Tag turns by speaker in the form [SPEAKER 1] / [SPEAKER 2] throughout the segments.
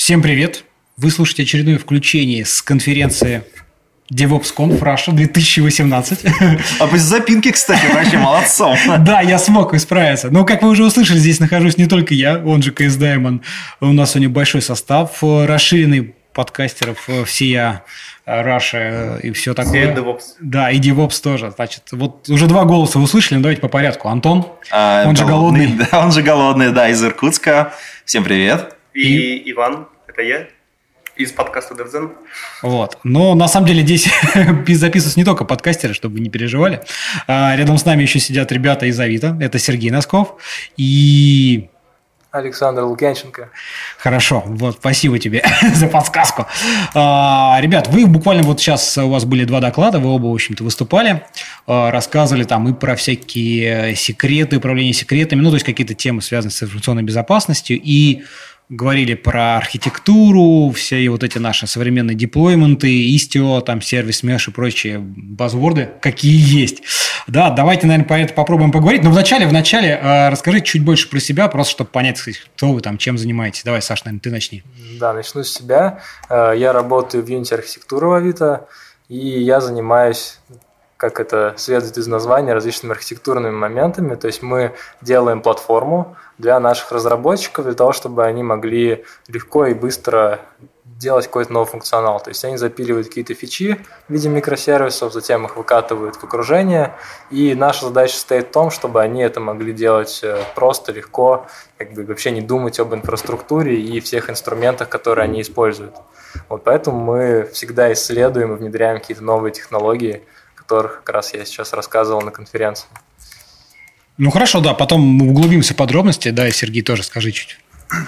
[SPEAKER 1] Всем привет! Вы слушаете очередное включение с конференции DevOpsConf Russia 2018.
[SPEAKER 2] А без запинки, кстати, вообще молодцом.
[SPEAKER 1] Да, я смог исправиться. Но, как вы уже услышали, здесь нахожусь не только я, он же КС Даймон. У нас сегодня большой состав, расширенный подкастеров всея Russia и все такое.
[SPEAKER 3] И DevOps.
[SPEAKER 1] Да, и DevOps тоже. Значит, вот уже два голоса вы услышали, но давайте по порядку. Антон, он же голодный.
[SPEAKER 2] Да, он же голодный, да, из Иркутска. Всем привет.
[SPEAKER 3] И Иван, это я, из подкаста DevZen.
[SPEAKER 1] Вот. Но на самом деле здесь записываются не только подкастеры, чтобы вы не переживали. Рядом с нами еще сидят ребята из Авито. Это Сергей Носков и...
[SPEAKER 4] Александр Лукьянченко.
[SPEAKER 1] Хорошо, вот, спасибо тебе за подсказку. Ребят, вы буквально вот сейчас, у вас были два доклада, вы оба, в общем-то, выступали, рассказывали там и про всякие секреты, управление секретами, ну, то есть какие-то темы, связанные с информационной безопасностью, и говорили про архитектуру, все вот эти наши современные деплойменты, Istio, там, сервис Mesh и прочие базворды, какие есть. Да, давайте, наверное, про это попробуем поговорить. Но вначале расскажите чуть больше про себя, просто чтобы понять, кто вы там, чем занимаетесь. Давай, Саш, наверное, ты начни.
[SPEAKER 4] Да, начну с себя. Я работаю в Unity архитектуры в Авито, и я занимаюсь, как это следует из названия, различными архитектурными моментами. То есть мы делаем платформу для наших разработчиков, для того, чтобы они могли легко и быстро делать какой-то новый функционал. То есть они запиливают какие-то фичи в виде микросервисов, затем их выкатывают в окружение, и наша задача состоит в том, чтобы они это могли делать просто, легко, как бы вообще не думать об инфраструктуре и всех инструментах, которые они используют. Вот поэтому мы всегда исследуем и внедряем какие-то новые технологии, о которых как раз я сейчас рассказывал на конференции.
[SPEAKER 1] Ну хорошо, да, потом мы углубимся в подробности, да, и Сергей тоже скажи чуть.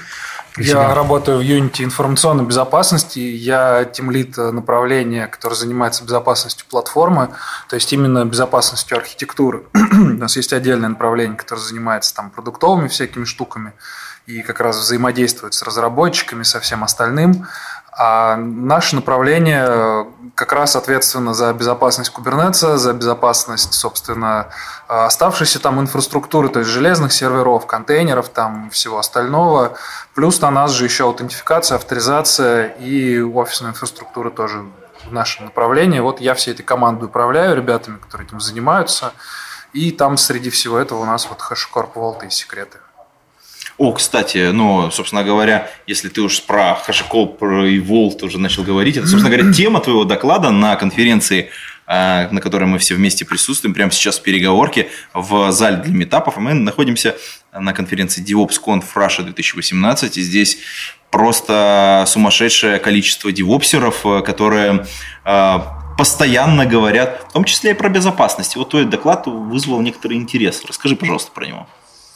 [SPEAKER 5] Я работаю в Unity информационной безопасности. Я тимлид направления, которое занимается безопасностью платформы, то есть именно безопасностью архитектуры. У нас есть отдельное направление, которое занимается там продуктовыми всякими штуками и как раз взаимодействует с разработчиками, со всем остальным. А наше направление как раз ответственно за безопасность Kubernetes, за безопасность, собственно, оставшейся там инфраструктуры, то есть железных серверов, контейнеров, там всего остального. Плюс на нас же еще аутентификация, авторизация и офисная инфраструктура тоже в нашем направлении. Вот я всей этой командой управляю, ребятами, которые этим занимаются. И там среди всего этого у нас вот HashiCorp Vault и секреты.
[SPEAKER 2] О, кстати, ну, собственно говоря, если ты уж про HashiCorp и Vault уже начал говорить, это, собственно говоря, тема твоего доклада на конференции, на которой мы все вместе присутствуем, прямо сейчас в переговорке в зале для митапов. Мы находимся на конференции DevOpsConf Russia 2018, и здесь просто сумасшедшее количество девопсеров, которые постоянно говорят, в том числе и про безопасность. И вот твой доклад вызвал некоторый интерес. Расскажи, пожалуйста, про него.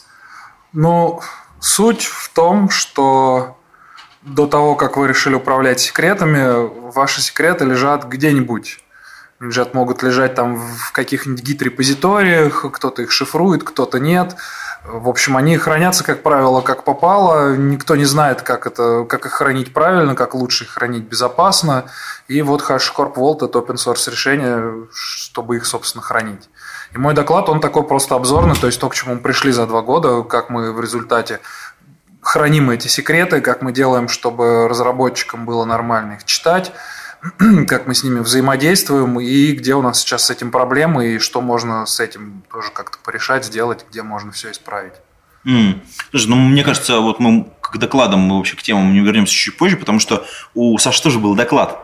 [SPEAKER 5] Ну, суть в том, что до того, как вы решили управлять секретами, ваши секреты лежат где-нибудь. Могут лежать там в каких-нибудь гид-репозиториях, кто-то их шифрует, кто-то нет. В общем, они хранятся, как правило, как попало. Никто не знает, как их хранить правильно, как лучше их хранить безопасно. И вот HashiCorp Vault – это open-source решение, чтобы их, собственно, хранить. И мой доклад, он такой просто обзорный, то есть то, к чему мы пришли за 2 года, как мы в результате храним эти секреты, как мы делаем, чтобы разработчикам было нормально их читать, как мы с ними взаимодействуем, и где у нас сейчас с этим проблемы, и что можно с этим тоже как-то порешать, сделать, где можно все исправить.
[SPEAKER 2] Слушай, ну, мне кажется, вот мы к докладам, мы вообще к темам не вернемся чуть позже, потому что у Саши тоже был доклад.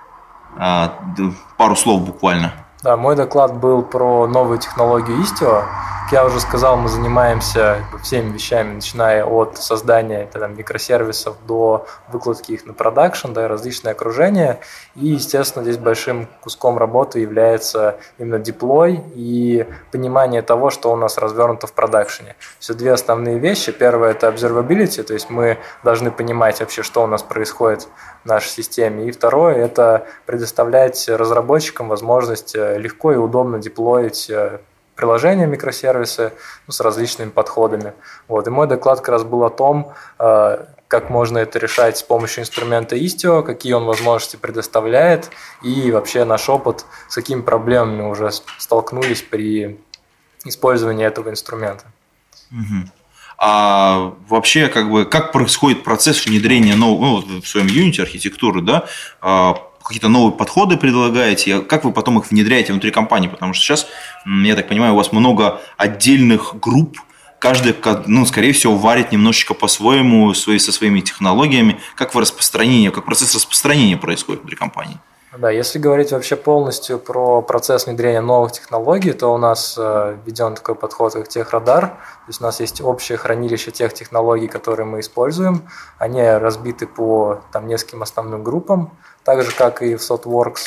[SPEAKER 2] Пару слов буквально.
[SPEAKER 4] Да, мой доклад был про новую технологию Istio. Как я уже сказал, мы занимаемся всеми вещами, начиная от создания микросервисов до выкладки их на продакшн, да, различные окружения. И, естественно, здесь большим куском работы является именно деплой и понимание того, что у нас развернуто в продакшене. Все 2 основные вещи. Первое – это observability, то есть мы должны понимать вообще, что у нас происходит в нашей системе. И второе – это предоставлять разработчикам возможность легко и удобно деплоить приложения, микросервисы с различными подходами. Вот. И мой доклад как раз был о том, как можно это решать с помощью инструмента Istio, какие он возможности предоставляет, и вообще наш опыт, с какими проблемами уже столкнулись при использовании этого инструмента.
[SPEAKER 2] Угу. А вообще, как происходит процесс внедрения нового, в своем Unity архитектуры, да, какие-то новые подходы предлагаете, как вы потом их внедряете внутри компании? Потому что сейчас, я так понимаю, у вас много отдельных групп, каждый, скорее всего, варит немножечко по-своему, со своими технологиями. Как процесс распространения происходит внутри компании?
[SPEAKER 4] Да, если говорить вообще полностью про процесс внедрения новых технологий, то у нас введен такой подход, как техрадар. То есть у нас есть общее хранилище тех технологий, которые мы используем. Они разбиты по нескольким основным группам, так же, как и в SOTWORKS.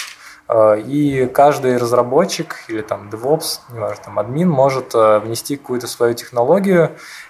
[SPEAKER 4] И каждый разработчик или DevOps, неважно, админ может внести какую-то свою технологию,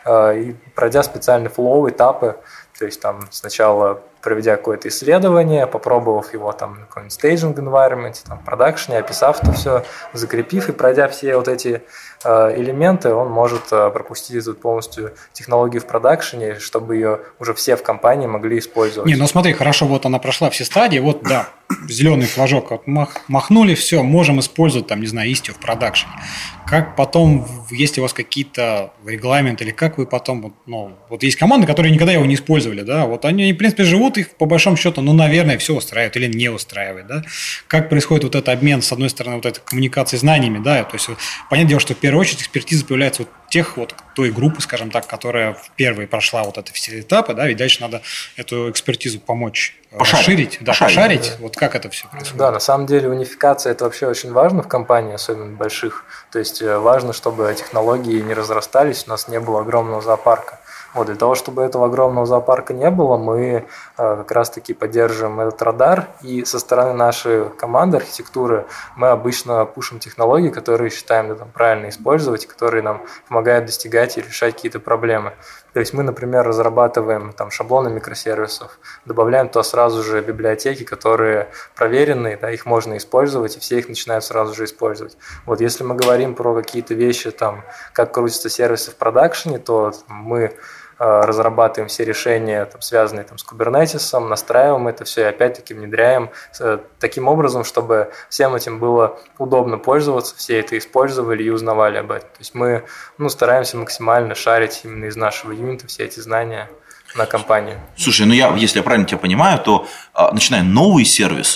[SPEAKER 4] и пройдя специальный флоу, этапы. То есть сначала проведя какое-то исследование, попробовав его в каком-нибудь staging environment, в продакшене, описав это все, закрепив и пройдя все вот эти элементы, он может пропустить эту полностью технологию в продакшене, чтобы ее уже все в компании могли использовать.
[SPEAKER 1] Смотри, хорошо, вот она прошла все стадии, зеленый флажок махнули, все, можем использовать, Istio в продакшене. Как потом, есть у вас какие-то регламенты, или как вы потом, есть команды, которые никогда его не использовали, да, они, в принципе, живут, их по большому счету, наверное, все устраивает или не устраивает, да. Как происходит вот этот обмен, с одной стороны, вот этой коммуникации знаниями, да, то есть, понятное дело, что в первую очередь экспертиза появляется той группы, скажем так, которая в первой прошла вот это все этапы, да, ведь дальше надо эту экспертизу помочь расширить, пошарить. Вот как это все происходит? Да,
[SPEAKER 4] на самом деле унификация – это вообще очень важно в компании, особенно больших. То есть важно, чтобы технологии не разрастались, у нас не было огромного зоопарка. Для того, чтобы этого огромного зоопарка не было, мы как раз-таки поддерживаем этот радар, и со стороны нашей команды архитектуры мы обычно пушим технологии, которые считаем правильно использовать, которые нам помогают достигать и решать какие-то проблемы. То есть мы, например, разрабатываем шаблоны микросервисов, добавляем туда сразу же библиотеки, которые проверенные, да, их можно использовать, и все их начинают сразу же использовать. Если мы говорим про какие-то вещи, как крутятся сервисы в продакшене, то мы разрабатываем все решения, связанные с Kubernetes, настраиваем это все и опять-таки внедряем таким образом, чтобы всем этим было удобно пользоваться, все это использовали и узнавали об этом. То есть мы стараемся максимально шарить именно из нашего юнита все эти знания на компанию.
[SPEAKER 2] Слушай, если я правильно тебя понимаю, то начиная новый сервис,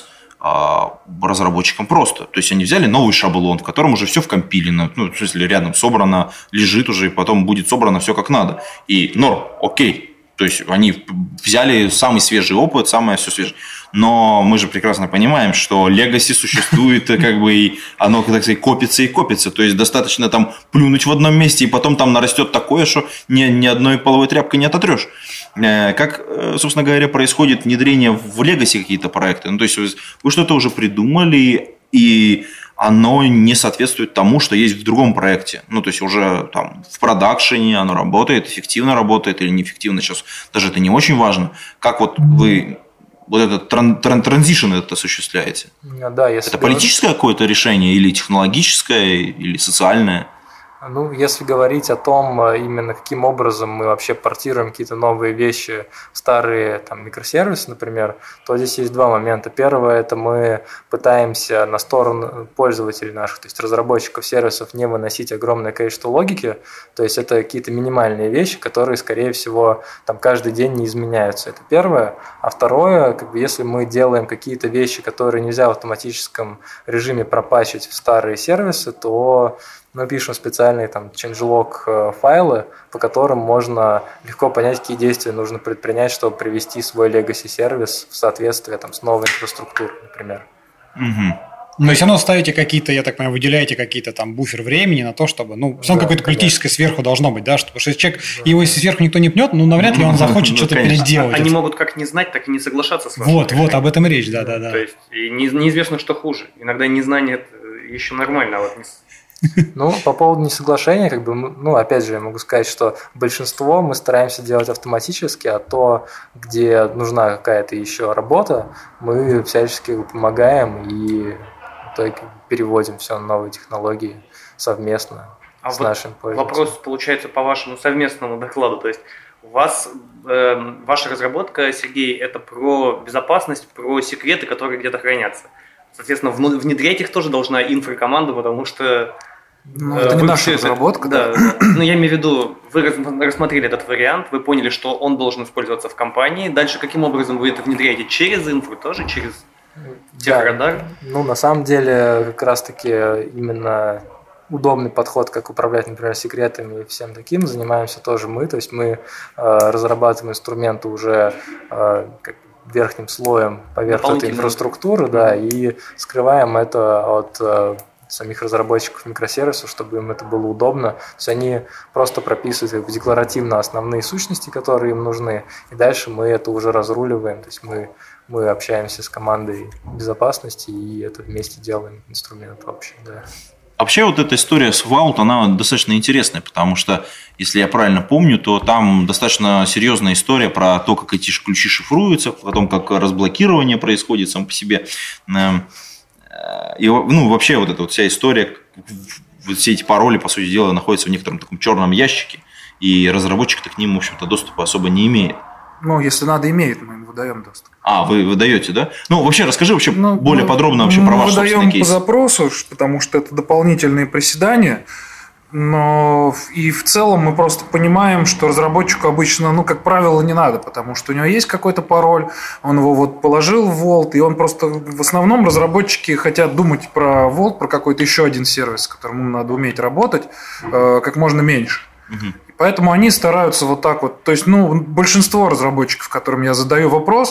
[SPEAKER 2] разработчикам просто. То есть они взяли новый шаблон, в котором уже все вкомпилено, в смысле рядом собрано, лежит уже, и потом будет собрано все как надо. И норм, окей. То есть они взяли самый свежий опыт, самое все свежее. Но мы же прекрасно понимаем, что legacy существует, и оно, так сказать, копится и копится. То есть достаточно плюнуть в одном месте, и потом нарастет такое, что ни одной половой тряпкой не ототрешь. Как, собственно говоря, происходит внедрение в legacy какие-то проекты? То есть вы что-то уже придумали, и оно не соответствует тому, что есть в другом проекте. То есть уже в продакшене оно работает, эффективно работает или неэффективно. Сейчас даже это не очень важно. Как вы этот транзишн осуществляете?
[SPEAKER 4] Да,
[SPEAKER 2] это политическое какое-то решение или технологическое, или социальное?
[SPEAKER 4] Если говорить о том, именно каким образом мы вообще портируем какие-то новые вещи в старые микросервисы, например, то здесь есть два момента. Первое – это мы пытаемся на сторону пользователей наших, то есть разработчиков сервисов, не выносить огромное количество логики, то есть это какие-то минимальные вещи, которые, скорее всего, каждый день не изменяются. Это первое. А второе, если мы делаем какие-то вещи, которые нельзя в автоматическом режиме пропатчить в старые сервисы, то мы пишем специальные changelog файлы, по которым можно легко понять, какие действия нужно предпринять, чтобы привести свой legacy сервис в соответствие с новой инфраструктурой, например.
[SPEAKER 2] Угу.
[SPEAKER 1] Но все равно ставите какие-то, я так понимаю, выделяете какие-то буфер времени на то, чтобы, все равно какое-то политическое сверху должно быть, да, чтобы, что если человек, его если сверху никто не пнет, навряд ли он захочет что-то переделать.
[SPEAKER 3] Они могут как не знать, так и не соглашаться с вами.
[SPEAKER 1] Вот, об этом и речь, да.
[SPEAKER 3] То есть неизвестно, что хуже. Иногда незнание еще нормально, а
[SPEAKER 4] по поводу несоглашения, опять же, я могу сказать, что большинство мы стараемся делать автоматически, а то, где нужна какая-то еще работа, мы всячески помогаем и в итоге переводим все на новые технологии совместно с нашим пользователем.
[SPEAKER 3] Вопрос получается по вашему совместному докладу, то есть у вас ваша разработка, Сергей, это про безопасность, про секреты, которые где-то хранятся. Соответственно, внедрять их тоже должна инфракоманда, потому что
[SPEAKER 5] Ну, это не наша разработка.
[SPEAKER 3] Да. Но я имею в виду, вы рассмотрели этот вариант, вы поняли, что он должен использоваться в компании. Дальше каким образом вы это внедряете? Через инфру тоже? Через техрадар?
[SPEAKER 4] Ну, на самом деле, как раз-таки именно удобный подход, как управлять, например, секретами и всем таким, занимаемся тоже мы. То есть мы разрабатываем инструменты уже верхним слоем поверх этой инфраструктуры, да, и скрываем это от самих разработчиков микросервисов, чтобы им это было удобно. То есть они просто прописывают декларативно основные сущности, которые им нужны, и дальше мы это уже разруливаем. То есть мы общаемся с командой безопасности и это вместе делаем инструмент вообще, да.
[SPEAKER 2] Вообще вот эта история с Vault, она достаточно интересная, потому что, если я правильно помню, то там достаточно серьезная история про то, как эти ключи шифруются, потом как разблокирование происходит сам по себе. И, вообще вот эта вот вся история, вот все эти пароли, по сути дела, находятся в некотором таком черном ящике, и разработчик-то к ним, в общем-то, доступа особо не имеет.
[SPEAKER 5] Ну, если надо, имеет, мы им выдаем доступ.
[SPEAKER 2] Вы выдаете, да? Ну, вообще, расскажи более подробно вообще про ваш собственный кейс.
[SPEAKER 5] Мы выдаем по запросу, потому что это дополнительные приседания. Но и в целом мы просто понимаем, что разработчику обычно, как правило, не надо, потому что у него есть какой-то пароль, он его вот положил в Vault, и он просто, в основном разработчики хотят думать про Vault, про какой-то еще один сервис, с которым им надо уметь работать, как можно меньше. Угу. Поэтому они стараются вот так вот. То есть, большинство разработчиков, которым я задаю вопрос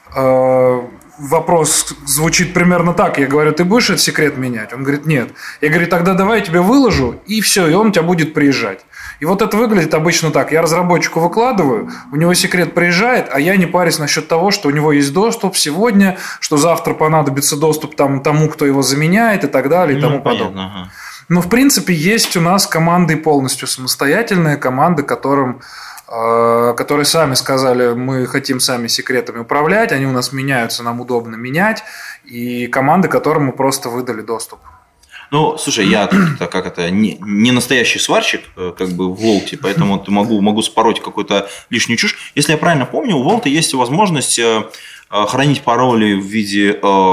[SPEAKER 5] звучит примерно так. Я говорю, ты будешь этот секрет менять? Он говорит, нет. Я говорю, тогда давай я тебе выложу, и все, и он у тебя будет приезжать. И вот это выглядит обычно так. Я разработчику выкладываю, у него секрет приезжает, а я не парюсь насчет того, что у него есть доступ сегодня, что завтра понадобится доступ тому, кто его заменяет и так далее, и тому подобное. Ага. Но, в принципе, есть у нас команды полностью самостоятельные, команды, которые сами сказали, мы хотим сами секретами управлять, они у нас меняются, нам удобно менять, и команды, которым мы просто выдали доступ.
[SPEAKER 2] Слушай, я не настоящий сварщик, как бы в Vault, поэтому могу спороть какую-то лишнюю чушь. Если я правильно помню, у Vault есть возможность хранить пароли в виде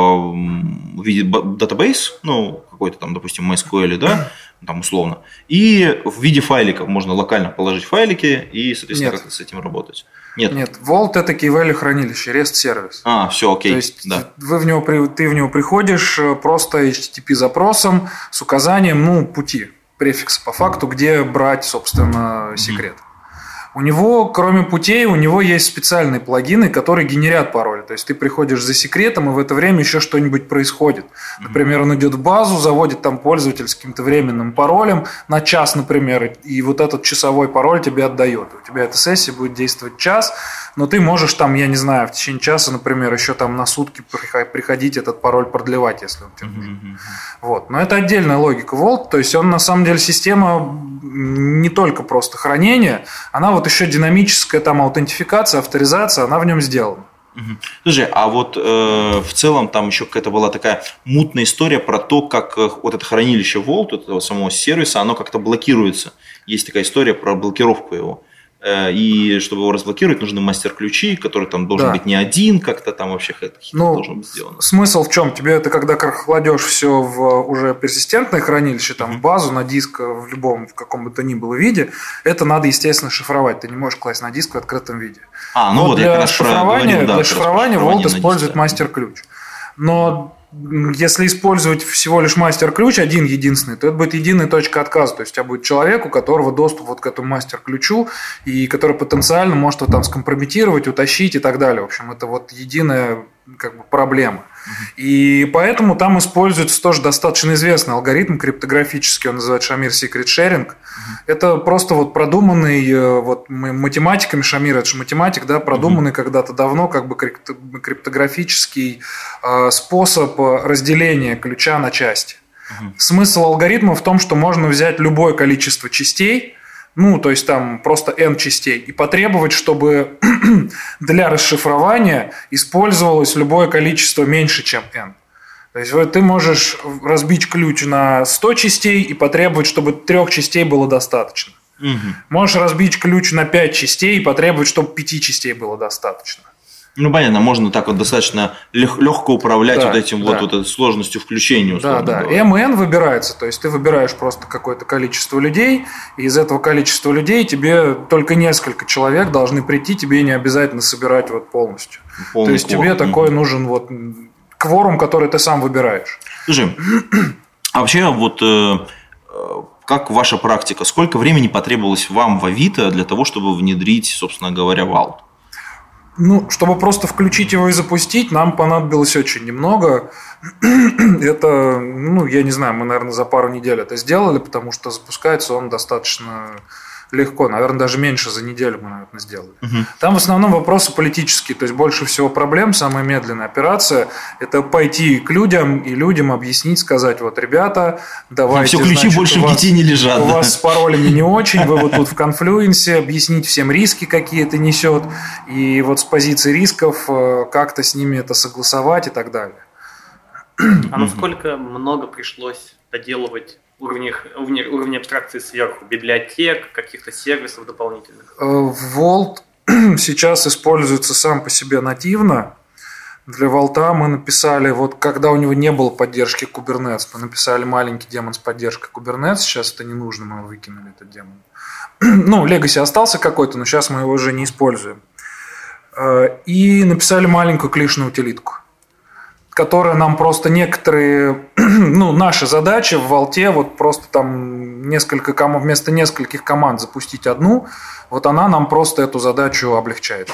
[SPEAKER 2] database, какой-то там, допустим, MySQL, да, там условно, и в виде файликов можно локально положить файлики и, соответственно, как-то с этим работать.
[SPEAKER 5] Нет, Vault – это key-value хранилище, REST-сервис.
[SPEAKER 2] Все, окей.
[SPEAKER 5] То есть ты в него приходишь просто HTTP-запросом с указанием пути, префикса по факту, где брать, собственно, секрет. У него, кроме путей, у него есть специальные плагины, которые генерят пароли. То есть ты приходишь за секретом, и в это время еще что-нибудь происходит. Например, он идет в базу, заводит там пользователя с каким-то временным паролем на час, например, и вот этот часовой пароль тебе отдает. У тебя эта сессия будет действовать час, но ты можешь там, я не знаю, в течение часа, например, еще там на сутки приходить этот пароль продлевать, если он тебе нужен. Вот. Но это отдельная логика Vault, то есть он на самом деле система не только просто хранения, она вот еще динамическая там аутентификация, авторизация, она в нем сделана.
[SPEAKER 2] Слушай, а вот в целом там еще какая-то была такая мутная история про то, как вот это хранилище Vault, этого самого сервиса, оно как-то блокируется. Есть такая история про блокировку его. И чтобы его разблокировать, нужны мастер-ключи, который там должен быть не один, как-то там вообще должно быть сделано.
[SPEAKER 5] Смысл в чем? Тебе это когда кладешь все в уже персистентное хранилище, там в базу, на диск, в каком бы то ни было виде, это надо, естественно, шифровать. Ты не можешь класть на диск в открытом виде. Для шифрования Vault использует мастер-ключ. Но если использовать всего лишь мастер-ключ, один единственный, то это будет единая точка отказа. То есть у тебя будет человек, у которого доступ вот к этому мастер-ключу, и который потенциально может его там скомпрометировать, утащить и так далее. В общем, это вот единая проблема. И поэтому там используется тоже достаточно известный алгоритм криптографический, он называется Shamir Secret Sharing. Это просто вот продуманный математиками, Шамир, это же математик, да, продуманный когда-то давно криптографический способ разделения ключа на части. Смысл алгоритма в том, что можно взять любое количество частей, то есть там просто n частей, и потребовать, чтобы для расшифрования использовалось любое количество меньше, чем n. То есть ты можешь разбить ключ на 100 частей и потребовать, чтобы 3 частей было достаточно. Можешь разбить ключ на 5 частей и потребовать, чтобы 5 частей было достаточно.
[SPEAKER 2] Ну, понятно, можно так вот достаточно легко управлять
[SPEAKER 5] Да,
[SPEAKER 2] вот этим
[SPEAKER 5] да.
[SPEAKER 2] вот этой сложностью включения, условно
[SPEAKER 5] Да.
[SPEAKER 2] говоря.
[SPEAKER 5] И МН выбирается, то есть ты выбираешь просто какое-то количество людей, и из этого количества людей тебе только несколько человек должны прийти, тебе не обязательно собирать вот полностью.
[SPEAKER 2] Полный
[SPEAKER 5] То есть тебе
[SPEAKER 2] кворум.
[SPEAKER 5] такой нужен вот кворум, который ты сам выбираешь.
[SPEAKER 2] Слушай, а вообще вот как ваша практика? Сколько времени потребовалось вам в Авито для того, чтобы внедрить, собственно говоря, Vault?
[SPEAKER 5] Ну, чтобы просто включить его и запустить, нам понадобилось очень немного. Это, ну, я не знаю, мы, наверное, за пару недель это сделали, потому что запускается он достаточно легко. Наверное, даже меньше за неделю мы, наверное, сделали. Там в основном вопросы политические. То есть больше всего проблем, самая медленная операция – это пойти к людям и людям объяснить, сказать: вот, ребята, давайте,
[SPEAKER 2] Все ключи
[SPEAKER 5] значит,
[SPEAKER 2] больше
[SPEAKER 5] у
[SPEAKER 2] в
[SPEAKER 5] вас-
[SPEAKER 2] Гите не лежат.
[SPEAKER 5] у
[SPEAKER 2] да?
[SPEAKER 5] вас с паролями не очень, вы вот тут в конфлюенсе, объяснить всем риски, какие это несет, и вот с позиции рисков как-то с ними это согласовать и так далее.
[SPEAKER 3] А насколько много пришлось доделывать уровни абстракции сверху? Библиотек, каких-то сервисов дополнительных?
[SPEAKER 5] Vault сейчас используется сам по себе нативно. Для Vault мы написали, вот когда у него не было поддержки Kubernetes, мы написали маленький демон с поддержкой Kubernetes. Сейчас это не нужно, мы выкинули этот демон. Ну, Legacy остался какой-то, но сейчас мы его уже не используем. И написали маленькую клишную утилитку, которая нам просто некоторые, ну, наши задачи в Vault, вот просто там вместо нескольких команд запустить одну, вот она нам просто эту задачу облегчает.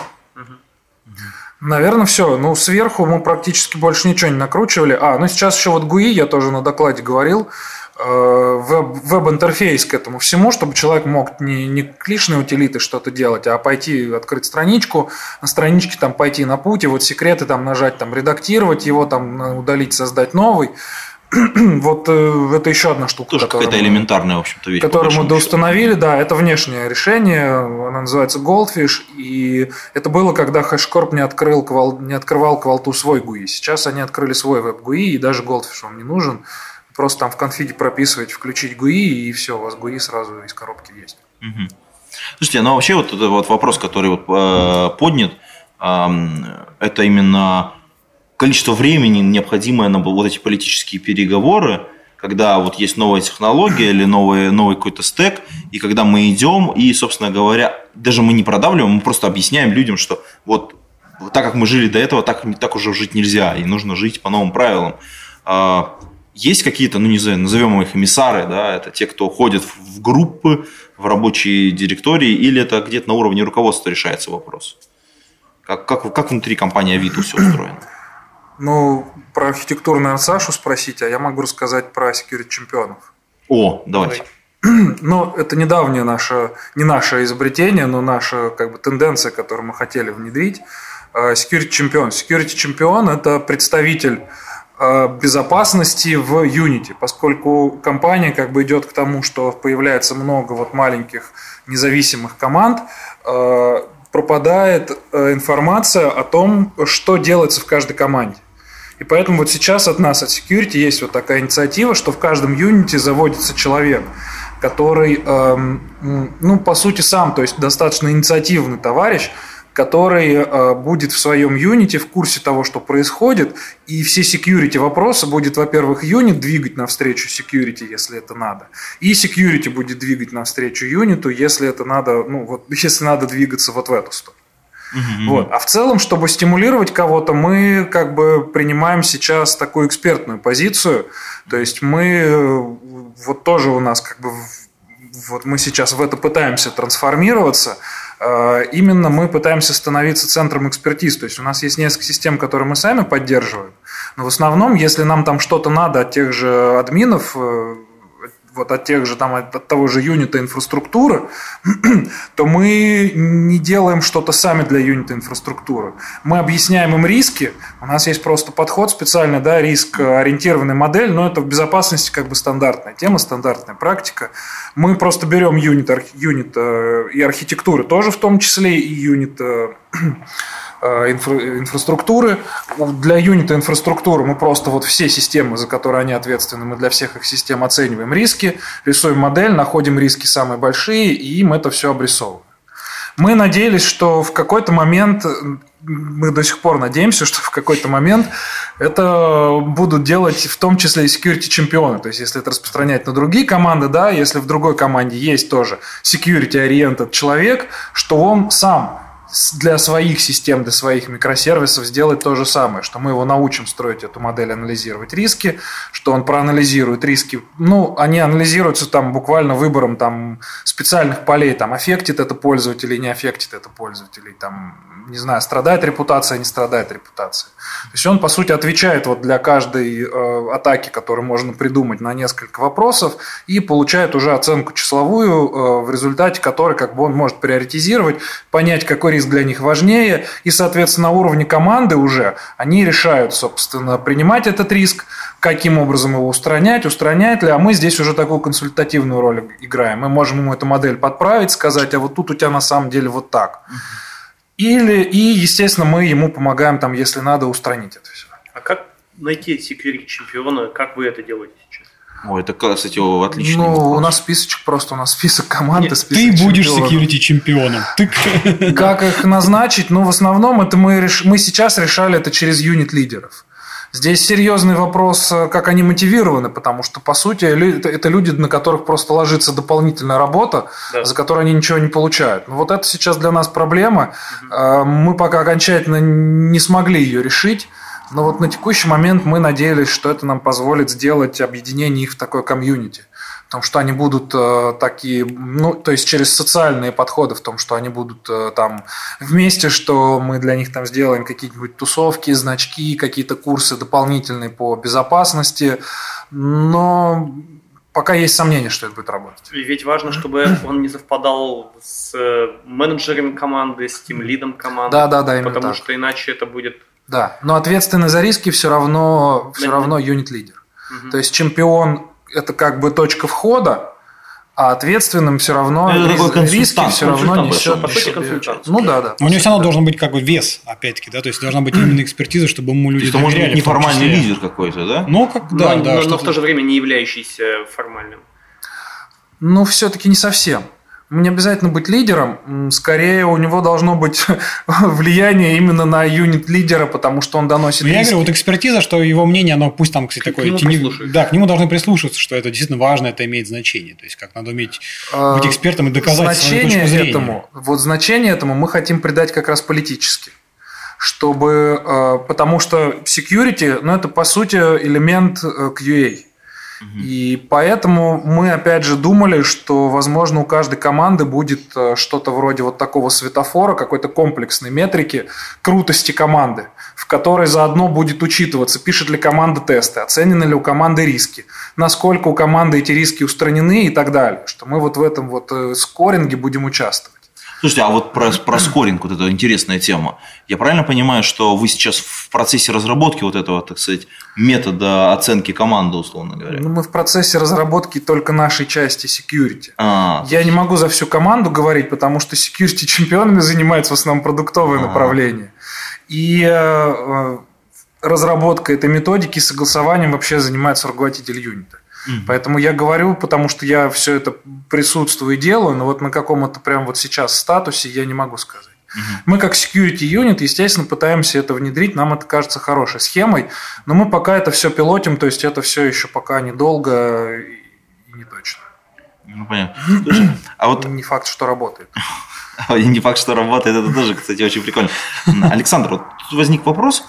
[SPEAKER 5] Наверное, все. Ну, сверху мы практически больше ничего не накручивали. Ну, сейчас еще вот GUI, я тоже на докладе говорил, веб-интерфейс к этому всему, чтобы человек мог не клишные утилиты что-то делать, а пойти открыть страничку, на страничке там пойти на путь, и вот секреты там нажать, там редактировать его, там удалить, создать новый. Вот это еще одна штука.
[SPEAKER 2] Тоже какая-то элементарная, в общем-то, вещь.
[SPEAKER 5] Которую мы доустановили, да, это внешнее решение, она называется Goldfish, и это было, когда HashiCorp не открывал к Vault свой GUI. Сейчас они открыли свой веб-GUI, и даже Goldfish вам не нужен. Просто там в конфиге прописываете, включить GUI, и все, у вас GUI сразу из коробки есть.
[SPEAKER 2] Слушайте, ну вообще вот этот вот вопрос, который вот поднят, это именно количество времени, необходимое на вот эти политические переговоры, когда вот есть новая технология или новый какой-то стек, и когда мы идем, и, собственно говоря, даже мы не продавливаем, мы просто объясняем людям, что вот так как мы жили до этого, так уже жить нельзя, и нужно жить по новым правилам. Есть какие-то, ну не знаю, назовем их эмиссары, да, это те, кто ходит в группы, в рабочие директории, или это где-то на уровне руководства решается вопрос? Как внутри компании Авито все устроено?
[SPEAKER 5] Ну, про архитектуру, наверное, Сашу спросить, а я могу рассказать про security чемпионов.
[SPEAKER 2] О, давайте.
[SPEAKER 5] Ну, это недавнее не наше изобретение, но наша как бы тенденция, которую мы хотели внедрить. Security чемпион. Security чемпион – это представитель безопасности в Unity, поскольку компания как бы идет к тому, что появляется много вот маленьких независимых команд, пропадает информация о том, что делается в каждой команде. И поэтому вот сейчас от нас, от Security, есть вот такая инициатива, что в каждом Unity заводится человек, который, ну, по сути, сам, то есть достаточно инициативный товарищ, который будет в своем Unity в курсе того, что происходит, и все security вопросы будет, во-первых, Unit двигать навстречу security, если это надо, и security будет двигать навстречу Unit, если это надо, ну, вот, если надо двигаться вот в эту сторону. Вот. А в целом, чтобы стимулировать кого-то, мы как бы принимаем сейчас такую экспертную позицию. То есть мы вот тоже у нас как бы вот мы сейчас в это пытаемся трансформироваться. Именно мы пытаемся становиться центром экспертиз. То есть у нас есть несколько систем, которые мы сами поддерживаем. Но в основном, если нам там что-то надо от тех же админов, вот от тех же там, от того же юнита инфраструктуры, то мы не делаем что-то сами для юнита инфраструктуры. Мы объясняем им риски. У нас есть просто подход специальный, да, риск-ориентированная модель, но это в безопасности как бы стандартная тема, стандартная практика. Мы просто берем юнит и архитектуры тоже в том числе, и юнит инфраструктуры. Для юнита инфраструктуры мы просто вот все системы, за которые они ответственны, мы для всех их систем оцениваем риски, рисуем модель, находим риски самые большие, и им это все обрисовываем. Мы надеялись, что в какой-то момент мы до сих пор надеемся, что в какой-то момент это будут делать в том числе и security-чемпионы. То есть, если это распространять на другие команды, да, если в другой команде есть тоже security-ориентед человек, что он сам для своих систем, для своих микросервисов сделать то же самое, что мы его научим строить эту модель, анализировать риски, что он проанализирует риски. Ну, они анализируются там буквально выбором там специальных полей, там, аффектит это пользователь или не аффектит это пользователь, там, не знаю, страдает репутация, не страдает репутация. То есть, он, по сути, отвечает вот для каждой атаки, которую можно придумать, на несколько вопросов и получает уже оценку числовую, в результате которой как бы он может приоритизировать, понять, какой риск для них важнее, и, соответственно, на уровне команды уже они решают, собственно, принимать этот риск, каким образом его устранять ли, а мы здесь уже такую консультативную роль играем. Мы можем ему эту модель подправить, сказать, а вот тут у тебя на самом деле вот так. И, естественно, мы ему помогаем, там, если надо, устранить это все.
[SPEAKER 3] А как найти security-чемпиона? Как вы это делаете сейчас?
[SPEAKER 2] Ой, это, кстати, отличный
[SPEAKER 5] вопрос.
[SPEAKER 2] У
[SPEAKER 5] нас списочек просто, у нас список команд и список
[SPEAKER 1] ты будешь security-чемпионом.
[SPEAKER 5] Как их назначить? Ну, в основном это мы сейчас решали это через юнит-лидеров. Здесь серьезный вопрос, как они мотивированы, потому что, по сути, это люди, на которых просто ложится дополнительная работа, да, за которую они ничего не получают. Но вот это сейчас для нас проблема. Мы пока окончательно не смогли ее решить. Но вот на текущий момент мы надеялись, что это нам позволит сделать объединение их в такой комьюнити. В том, что они будут такие, ну, то есть через социальные подходы, в том, что они будут там вместе, что мы для них там сделаем какие-нибудь тусовки, значки, какие-то курсы дополнительные по безопасности, но пока есть сомнения, что это будет работать.
[SPEAKER 3] Ведь важно, чтобы он не совпадал с менеджером команды, с тимлидом команды,
[SPEAKER 5] да, именно
[SPEAKER 3] потому
[SPEAKER 5] так.
[SPEAKER 3] Что иначе это будет...
[SPEAKER 5] Да, но ответственный за риски все равно юнит-лидер. То есть чемпион – это как бы точка входа, а ответственным все равно риски все равно несет.
[SPEAKER 3] По сути, консультант.
[SPEAKER 5] Ну да.
[SPEAKER 1] У него все равно должен быть как бы вес, опять-таки, да, то есть должна быть именно экспертиза, чтобы ему люди доверяли.
[SPEAKER 2] Это может быть неформальный лидер какой-то, да?
[SPEAKER 1] Ну, как, да.
[SPEAKER 3] Но в то же время не являющийся формальным.
[SPEAKER 5] Ну, все-таки не совсем. Не обязательно быть лидером, скорее у него должно быть влияние именно на юнит-лидера, потому что он доносит риски.
[SPEAKER 1] Я говорю, вот экспертиза, что его мнение, оно пусть там, кстати, такое... Да, к нему должны прислушиваться, что это действительно важно, это имеет значение. То есть, как надо уметь быть экспертом и доказать свою точку зрения.
[SPEAKER 5] Значение этому мы хотим придать как раз политически. Потому что security, ну, это, по сути, элемент QA. И поэтому мы, опять же, думали, что, возможно, у каждой команды будет что-то вроде вот такого светофора, какой-то комплексной метрики крутости команды, в которой заодно будет учитываться, пишет ли команда тесты, оценены ли у команды риски, насколько у команды эти риски устранены и так далее. Что мы вот в этом вот скоринге будем участвовать.
[SPEAKER 2] Слушайте, а вот про скоринг, вот эта интересная тема. Я правильно понимаю, что вы сейчас в процессе разработки вот этого, так сказать, метода оценки команды, условно говоря?
[SPEAKER 5] Ну, мы в процессе разработки только нашей части security. Я не могу за всю команду говорить, потому что security-чемпионами занимается в основном продуктовое направление. И разработкой этой методики, согласованием вообще занимается руководитель юнита. Поэтому я говорю, потому что я все это присутствую и делаю, но вот на каком-то прям вот сейчас статусе я не могу сказать. Мы как security юнит, естественно, пытаемся это внедрить, нам это кажется хорошей схемой, но мы пока это все пилотим, то есть это все еще пока недолго и не точно.
[SPEAKER 2] Ну, понятно. А вот...
[SPEAKER 5] Не факт, что работает.
[SPEAKER 2] Не факт, что работает, это тоже, кстати, очень прикольно. Александр, вот тут возник вопрос.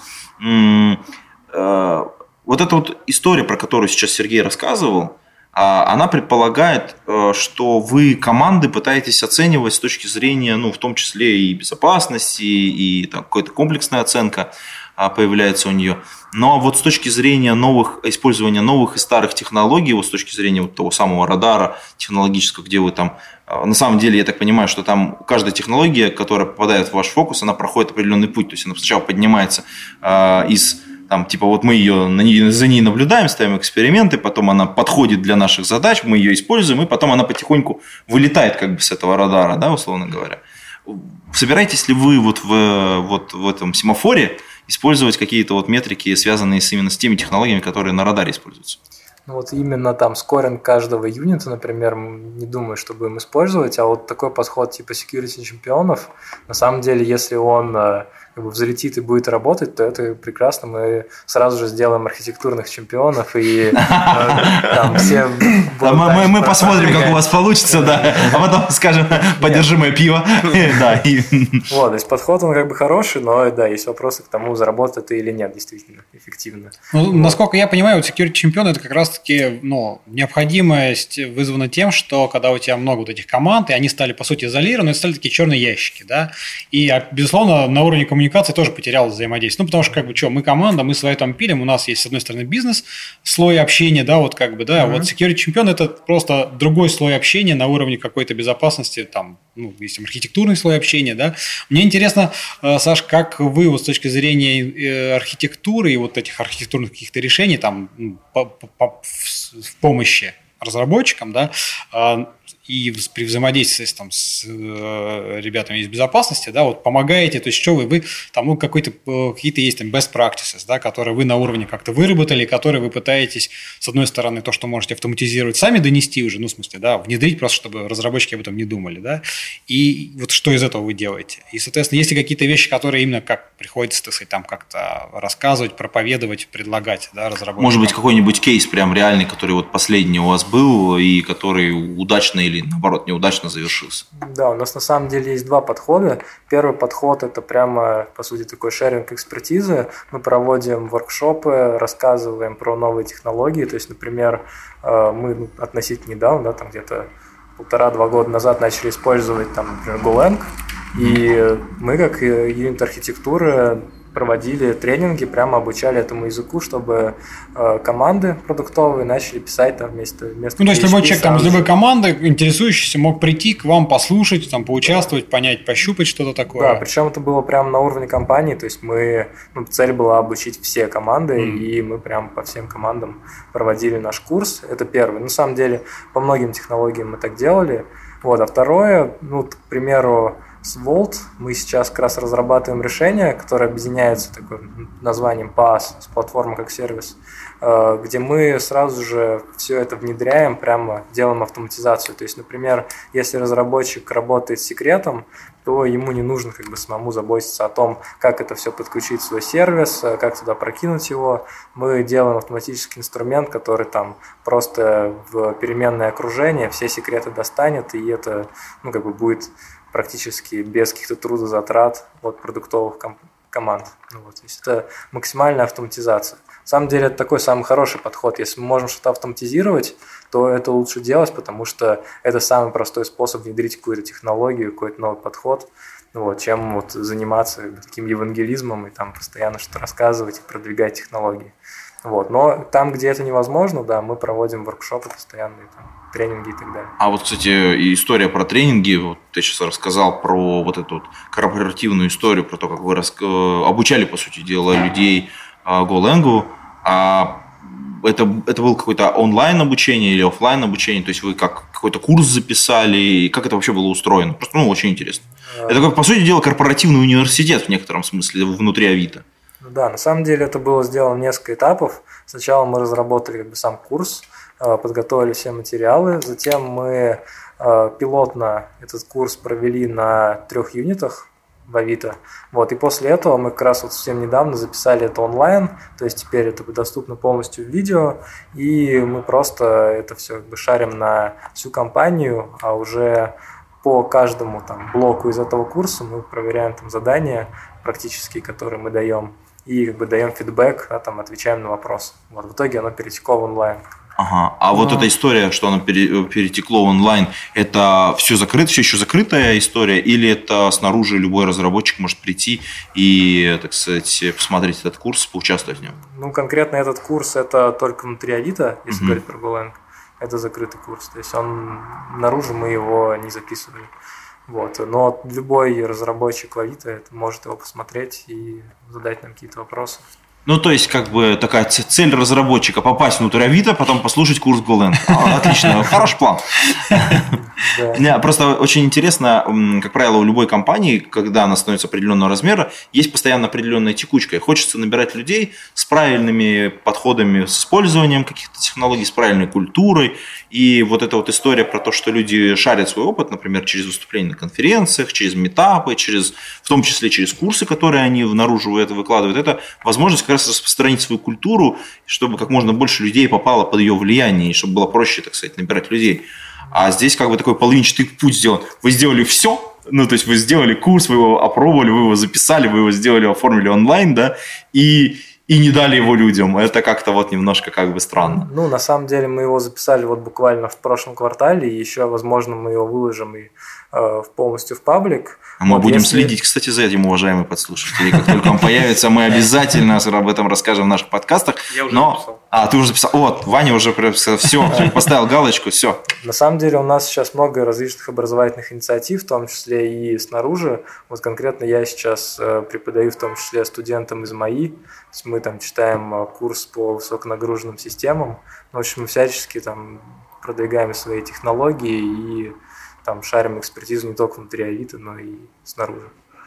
[SPEAKER 2] Вот эта вот история, про которую сейчас Сергей рассказывал, она предполагает, что вы команды пытаетесь оценивать с точки зрения, ну, в том числе и безопасности, и там какая-то комплексная оценка появляется у нее. Но вот с точки зрения использования новых и старых технологий, вот с точки зрения вот того самого радара технологического, где вы там, на самом деле, я так понимаю, что там каждая технология, которая попадает в ваш фокус, она проходит определенный путь. То есть она сначала поднимается из... Там, типа, вот мы за ней наблюдаем, ставим эксперименты, потом она подходит для наших задач, мы ее используем, и потом она потихоньку вылетает как бы с этого радара, да, условно говоря. Собираетесь ли вы вот в этом семафоре использовать какие-то вот метрики, связанные именно с теми технологиями, которые на радаре используются?
[SPEAKER 4] Ну, вот именно там скоринг каждого юнита, например, не думаю, что будем использовать, а вот такой подход типа security чемпионов, на самом деле, если он как бы взлетит и будет работать, то это прекрасно. Мы сразу же сделаем архитектурных чемпионов, и там все...
[SPEAKER 2] Мы посмотрим, как у вас получится, да, а потом скажем, подержи мое пиво.
[SPEAKER 4] Вот, то есть подход, он как бы хороший, но да, есть вопросы к тому, заработает это или нет действительно эффективно.
[SPEAKER 1] Ну, насколько я понимаю, вот security чемпион это как раз-таки необходимость вызвана тем, что когда у тебя много вот этих команд, и они стали по сути изолированы, это стали такие черные ящики, да, и безусловно на уровне коммуникации тоже потерялось взаимодействие, потому что мы команда, мы свои там пилим, у нас есть с одной стороны бизнес, слой общения, да, вот вот security чемпион это просто другой слой общения на уровне какой-то безопасности, там, есть архитектурный слой общения, да. Мне интересно, Саш, как вы вот с точки зрения архитектуры и вот этих архитектурных каких-то решений там в помощи разработчикам, да, и при взаимодействии с ребятами из безопасности, да, вот помогаете, то есть что вы там какие-то есть там best practices, да, которые вы на уровне как-то выработали, которые вы пытаетесь, с одной стороны, то, что можете автоматизировать, сами донести уже, в смысле, да, внедрить просто, чтобы разработчики об этом не думали, да, и вот что из этого вы делаете. И, соответственно, есть ли какие-то вещи, которые именно как приходится, так сказать, там как-то рассказывать, проповедовать, предлагать, да, разработчикам?
[SPEAKER 2] Может быть, какой-нибудь кейс прям реальный, который вот последний у вас был, и который удачно или наоборот неудачно завершился?
[SPEAKER 4] Да, у нас на самом деле есть два подхода. Первый подход – это прямо, по сути, такой шеринг экспертизы. Мы проводим воркшопы, рассказываем про новые технологии. То есть, например, мы относительно недавно, да, там где-то 1,5-2 года назад начали использовать, там, например, Golang, и мы, как юнит архитектуры, проводили тренинги, прямо обучали этому языку, чтобы команды продуктовые начали писать там вместо
[SPEAKER 1] то есть любой человек там из любой команды, интересующийся, мог прийти к вам, послушать, там, поучаствовать, понять, пощупать что-то такое.
[SPEAKER 4] Да, причем это было прямо на уровне компании, то есть цель была обучить все команды, и мы прям по всем командам проводили наш курс. Это первый. На самом деле, по многим технологиям мы так делали. Вот, а второе, к примеру, с Vault мы сейчас как раз разрабатываем решение, которое объединяется таким названием PaaS, с платформой как сервис, где мы сразу же все это внедряем, прямо делаем автоматизацию. То есть, например, если разработчик работает с секретом, то ему не нужно самому заботиться о том, как это все подключить в свой сервис, как туда прокинуть его. Мы делаем автоматический инструмент, который там просто в переменное окружение все секреты достанет, и это будет практически без каких-то трудозатрат от продуктовых команд. То есть это максимальная автоматизация. На самом деле это такой самый хороший подход. Если мы можем что-то автоматизировать, то это лучше делать, потому что это самый простой способ внедрить какую-то технологию, какой-то новый подход, чем заниматься таким евангелизмом и там постоянно что-то рассказывать и продвигать технологии. Но там, где это невозможно, да, мы проводим воркшопы постоянные, тренинги и так далее.
[SPEAKER 2] А вот, кстати, история про тренинги, вот ты сейчас рассказал про вот эту корпоративную историю, про то, как вы обучали, по сути дела, людей Golang. Это был какой-то онлайн обучение или офлайн обучение? То есть вы какой-то курс записали? И как это вообще было устроено? Просто очень интересно. Это как, по сути дела, корпоративный университет в некотором смысле внутри Авито.
[SPEAKER 4] Да, на самом деле это было сделано в несколько этапов. Сначала мы разработали сам курс, подготовили все материалы, затем мы пилотно этот курс провели на 3 юнитах в Авито. И после этого мы как раз совсем недавно записали это онлайн, то есть теперь это доступно полностью в видео, и мы просто это все шарим на всю компанию, а уже по каждому блоку из этого курса мы проверяем задания практические, которые мы даем, и даем фидбэк, отвечаем на вопросы. В итоге оно перетекло в онлайн.
[SPEAKER 2] Ага. А вот эта история, что оно перетекло в онлайн, это все еще закрытая история, или это снаружи любой разработчик может прийти и, так сказать, посмотреть этот курс, поучаствовать в нем?
[SPEAKER 4] Конкретно этот курс это только внутри Авито, если говорить про Golang. Это закрытый курс, то есть наружу мы его не записывали. Но любой разработчик в Авито может его посмотреть и задать нам какие-то вопросы.
[SPEAKER 2] Ну, то есть, как бы такая цель разработчика попасть внутрь Авито, потом послушать курс GoLand. Отлично, хороший план. Просто очень интересно, как правило, у любой компании, когда она становится определенного размера, есть постоянно определенная текучка. И хочется набирать людей с правильными подходами, с использованием каких-то технологий, с правильной культурой. И вот эта вот история про то, что люди шарят свой опыт, например, через выступления на конференциях, через митапы, в том числе через курсы, которые они наружу выкладывают, это возможность как раз распространить свою культуру, чтобы как можно больше людей попало под ее влияние, и чтобы было проще, так сказать, набирать людей. А здесь как бы такой половинчатый путь сделан. Вы сделали все, ну, то есть вы сделали курс, вы его опробовали, вы его записали, вы его сделали, оформили онлайн, да, и не дали его людям. Это как-то вот немножко как бы странно.
[SPEAKER 4] Ну, на самом деле мы его записали вот буквально в прошлом квартале, и еще, возможно, мы его выложим и полностью в паблик.
[SPEAKER 2] А мы будем следить, кстати, за этим, уважаемые подслушатели. Как только он появится, мы обязательно об этом расскажем в наших подкастах.
[SPEAKER 3] Я уже записал.
[SPEAKER 2] Ты уже записал. Вот, Ваня уже все, поставил галочку, все.
[SPEAKER 4] На самом деле у нас сейчас много различных образовательных инициатив, в том числе и снаружи. Вот конкретно я сейчас преподаю в том числе студентам из МАИ. То есть мы там читаем курс по высоконагруженным системам. В общем, мы всячески там продвигаем свои технологии и там шарим экспертизу не только внутри Авито, но и снаружи.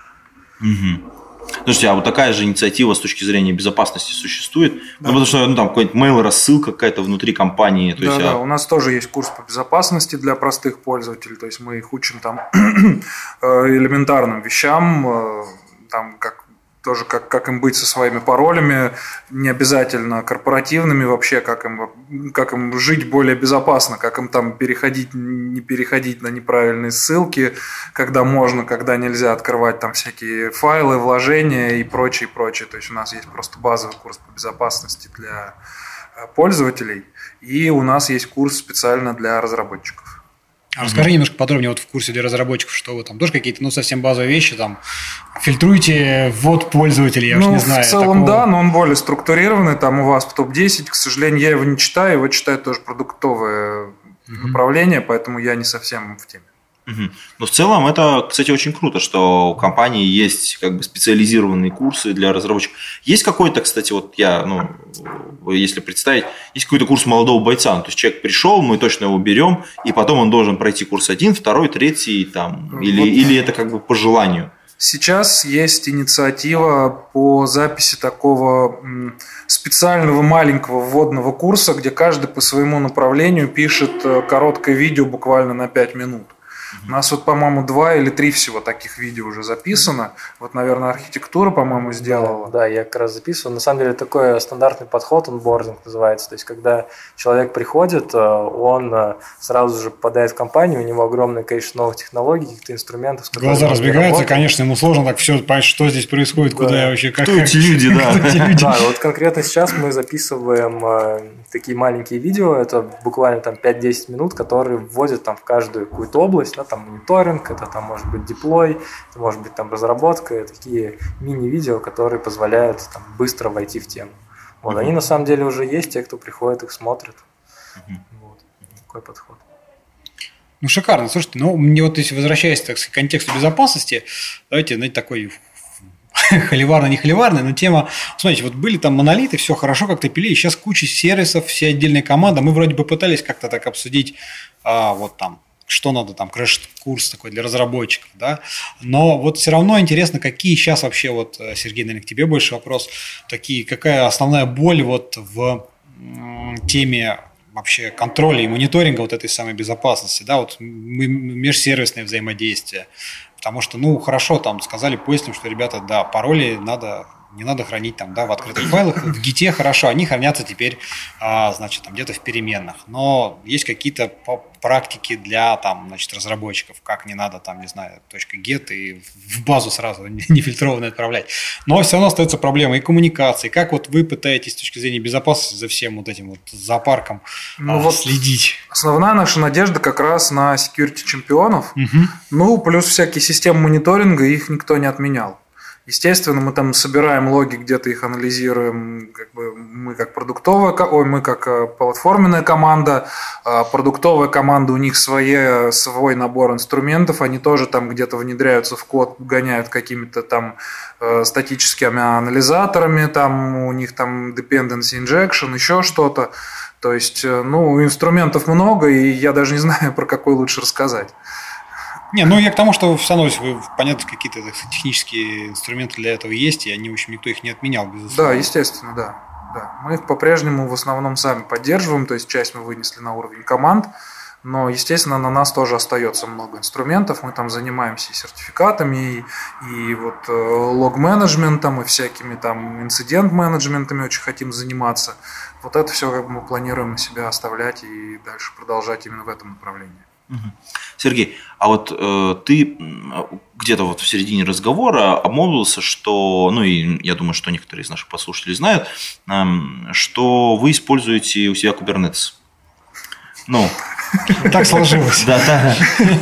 [SPEAKER 2] Угу. Слушайте, а вот такая же инициатива с точки зрения безопасности существует? Да. Ну, потому что там какой-нибудь mail-рассылка какая-то внутри компании. То есть,
[SPEAKER 5] у нас тоже есть курс по безопасности для простых пользователей. То есть мы их учим там элементарным вещам, там как им быть со своими паролями, не обязательно корпоративными вообще, как им жить более безопасно, как им там не переходить на неправильные ссылки, когда можно, когда нельзя, открывать там всякие файлы, вложения и прочее. То есть у нас есть просто базовый курс по безопасности для пользователей, и у нас есть курс специально для разработчиков.
[SPEAKER 1] Расскажи немножко подробнее вот в курсе для разработчиков, что вы там тоже какие-то, совсем базовые вещи, там, фильтруйте ввод пользователей, я уж не знаю.
[SPEAKER 5] В целом, да, но он более структурированный, там у вас в топ-10, к сожалению, я его не читаю, его читает тоже продуктовое направление, поэтому я не совсем в теме.
[SPEAKER 2] Но в целом это, кстати, очень круто, что у компании есть как бы специализированные курсы для разработчиков. Есть какой-то, кстати, вот если представить, есть какой-то курс молодого бойца, то есть человек пришел, мы точно его берем, и потом он должен пройти курс 1, 2, 3, там, или это как бы по желанию.
[SPEAKER 5] Сейчас есть инициатива по записи такого специального маленького вводного курса, где каждый по своему направлению пишет короткое видео буквально на 5 минут. У нас вот, по-моему, 2 или 3 всего таких видео уже записано. Вот, наверное, архитектура, по-моему, сделала.
[SPEAKER 4] Да, я как раз записывал. На самом деле, такой стандартный подход, онбординг называется. То есть, когда человек приходит, он сразу же попадает в компанию, у него огромное количество новых технологий, каких-то инструментов.
[SPEAKER 1] Глаза разбегаются, конечно, ему сложно так все понять, что здесь происходит, куда я вообще...
[SPEAKER 2] Кто эти люди, да.
[SPEAKER 4] Да, вот конкретно сейчас мы записываем такие маленькие видео, это буквально там 5-10 минут, которые вводят там в каждую какую-то область, там мониторинг, это там может быть деплой, это может быть там разработка, такие мини-видео, которые позволяют там быстро войти в тему. Вот, они на самом деле уже есть, те, кто приходит, их смотрит. Вот, такой подход.
[SPEAKER 1] Ну, шикарно. Слушайте, мне вот, если возвращаясь, так сказать, к контексту безопасности, давайте, знаете, такой холиварный, не холиварный, но тема, смотрите, вот были там монолиты, все хорошо как-то пили, и сейчас куча сервисов, все отдельные команды, мы вроде бы пытались как-то так обсудить, вот там, что надо, там, крэш-курс такой для разработчиков, да, но вот все равно интересно, какие сейчас вообще, вот, Сергей, наверное, к тебе больше вопрос, какая основная боль вот в теме вообще контроля и мониторинга вот этой самой безопасности, да, вот межсервисное взаимодействие, потому что, хорошо, там, сказали пользователям, что, ребята, да, пароли не надо хранить там, да, в открытых файлах. В Git хорошо, они хранятся теперь, значит, там где-то в переменных. Но есть какие-то практики для там, значит, разработчиков, как не надо там, не знаю, .get и в базу сразу нефильтрованно отправлять. Но все равно остается проблема и коммуникации. Как вот вы пытаетесь с точки зрения безопасности за всем вот этим вот зоопарком следить?
[SPEAKER 5] Основная наша надежда как раз на security чемпионов. Плюс всякие системы мониторинга, их никто не отменял. Естественно, мы там собираем логи, где-то их анализируем, мы как мы как платформенная команда, продуктовая команда, у них свой набор инструментов, они тоже там где-то внедряются в код, гоняют какими-то там статическими анализаторами, там у них там dependency injection, еще что-то. То есть, инструментов много, и я даже не знаю, про какой лучше рассказать.
[SPEAKER 1] Я к тому, что все равно понятно, какие-то технические инструменты для этого есть, и они, в общем, никто их не отменял, безусловно.
[SPEAKER 5] Да, естественно, да. Мы их по-прежнему в основном сами поддерживаем, то есть часть мы вынесли на уровень команд, но, естественно, на нас тоже остается много инструментов, мы там занимаемся и сертификатами, и вот лог-менеджментом, и всякими там инцидент-менеджментами очень хотим заниматься. Вот это все мы планируем на себя оставлять и дальше продолжать именно в этом направлении.
[SPEAKER 2] Сергей, а вот ты где-то вот в середине разговора обмолвился, что, и я думаю, что некоторые из наших послушателей знают, что вы используете у себя Kubernetes.
[SPEAKER 1] Так сложилось.
[SPEAKER 2] Да.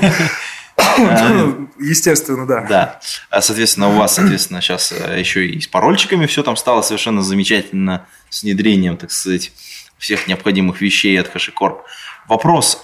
[SPEAKER 5] Естественно, да.
[SPEAKER 2] Да. Соответственно, у вас, сейчас еще и с парольчиками все там стало совершенно замечательно, с внедрением, так сказать, всех необходимых вещей от HashiCorp. Вопрос,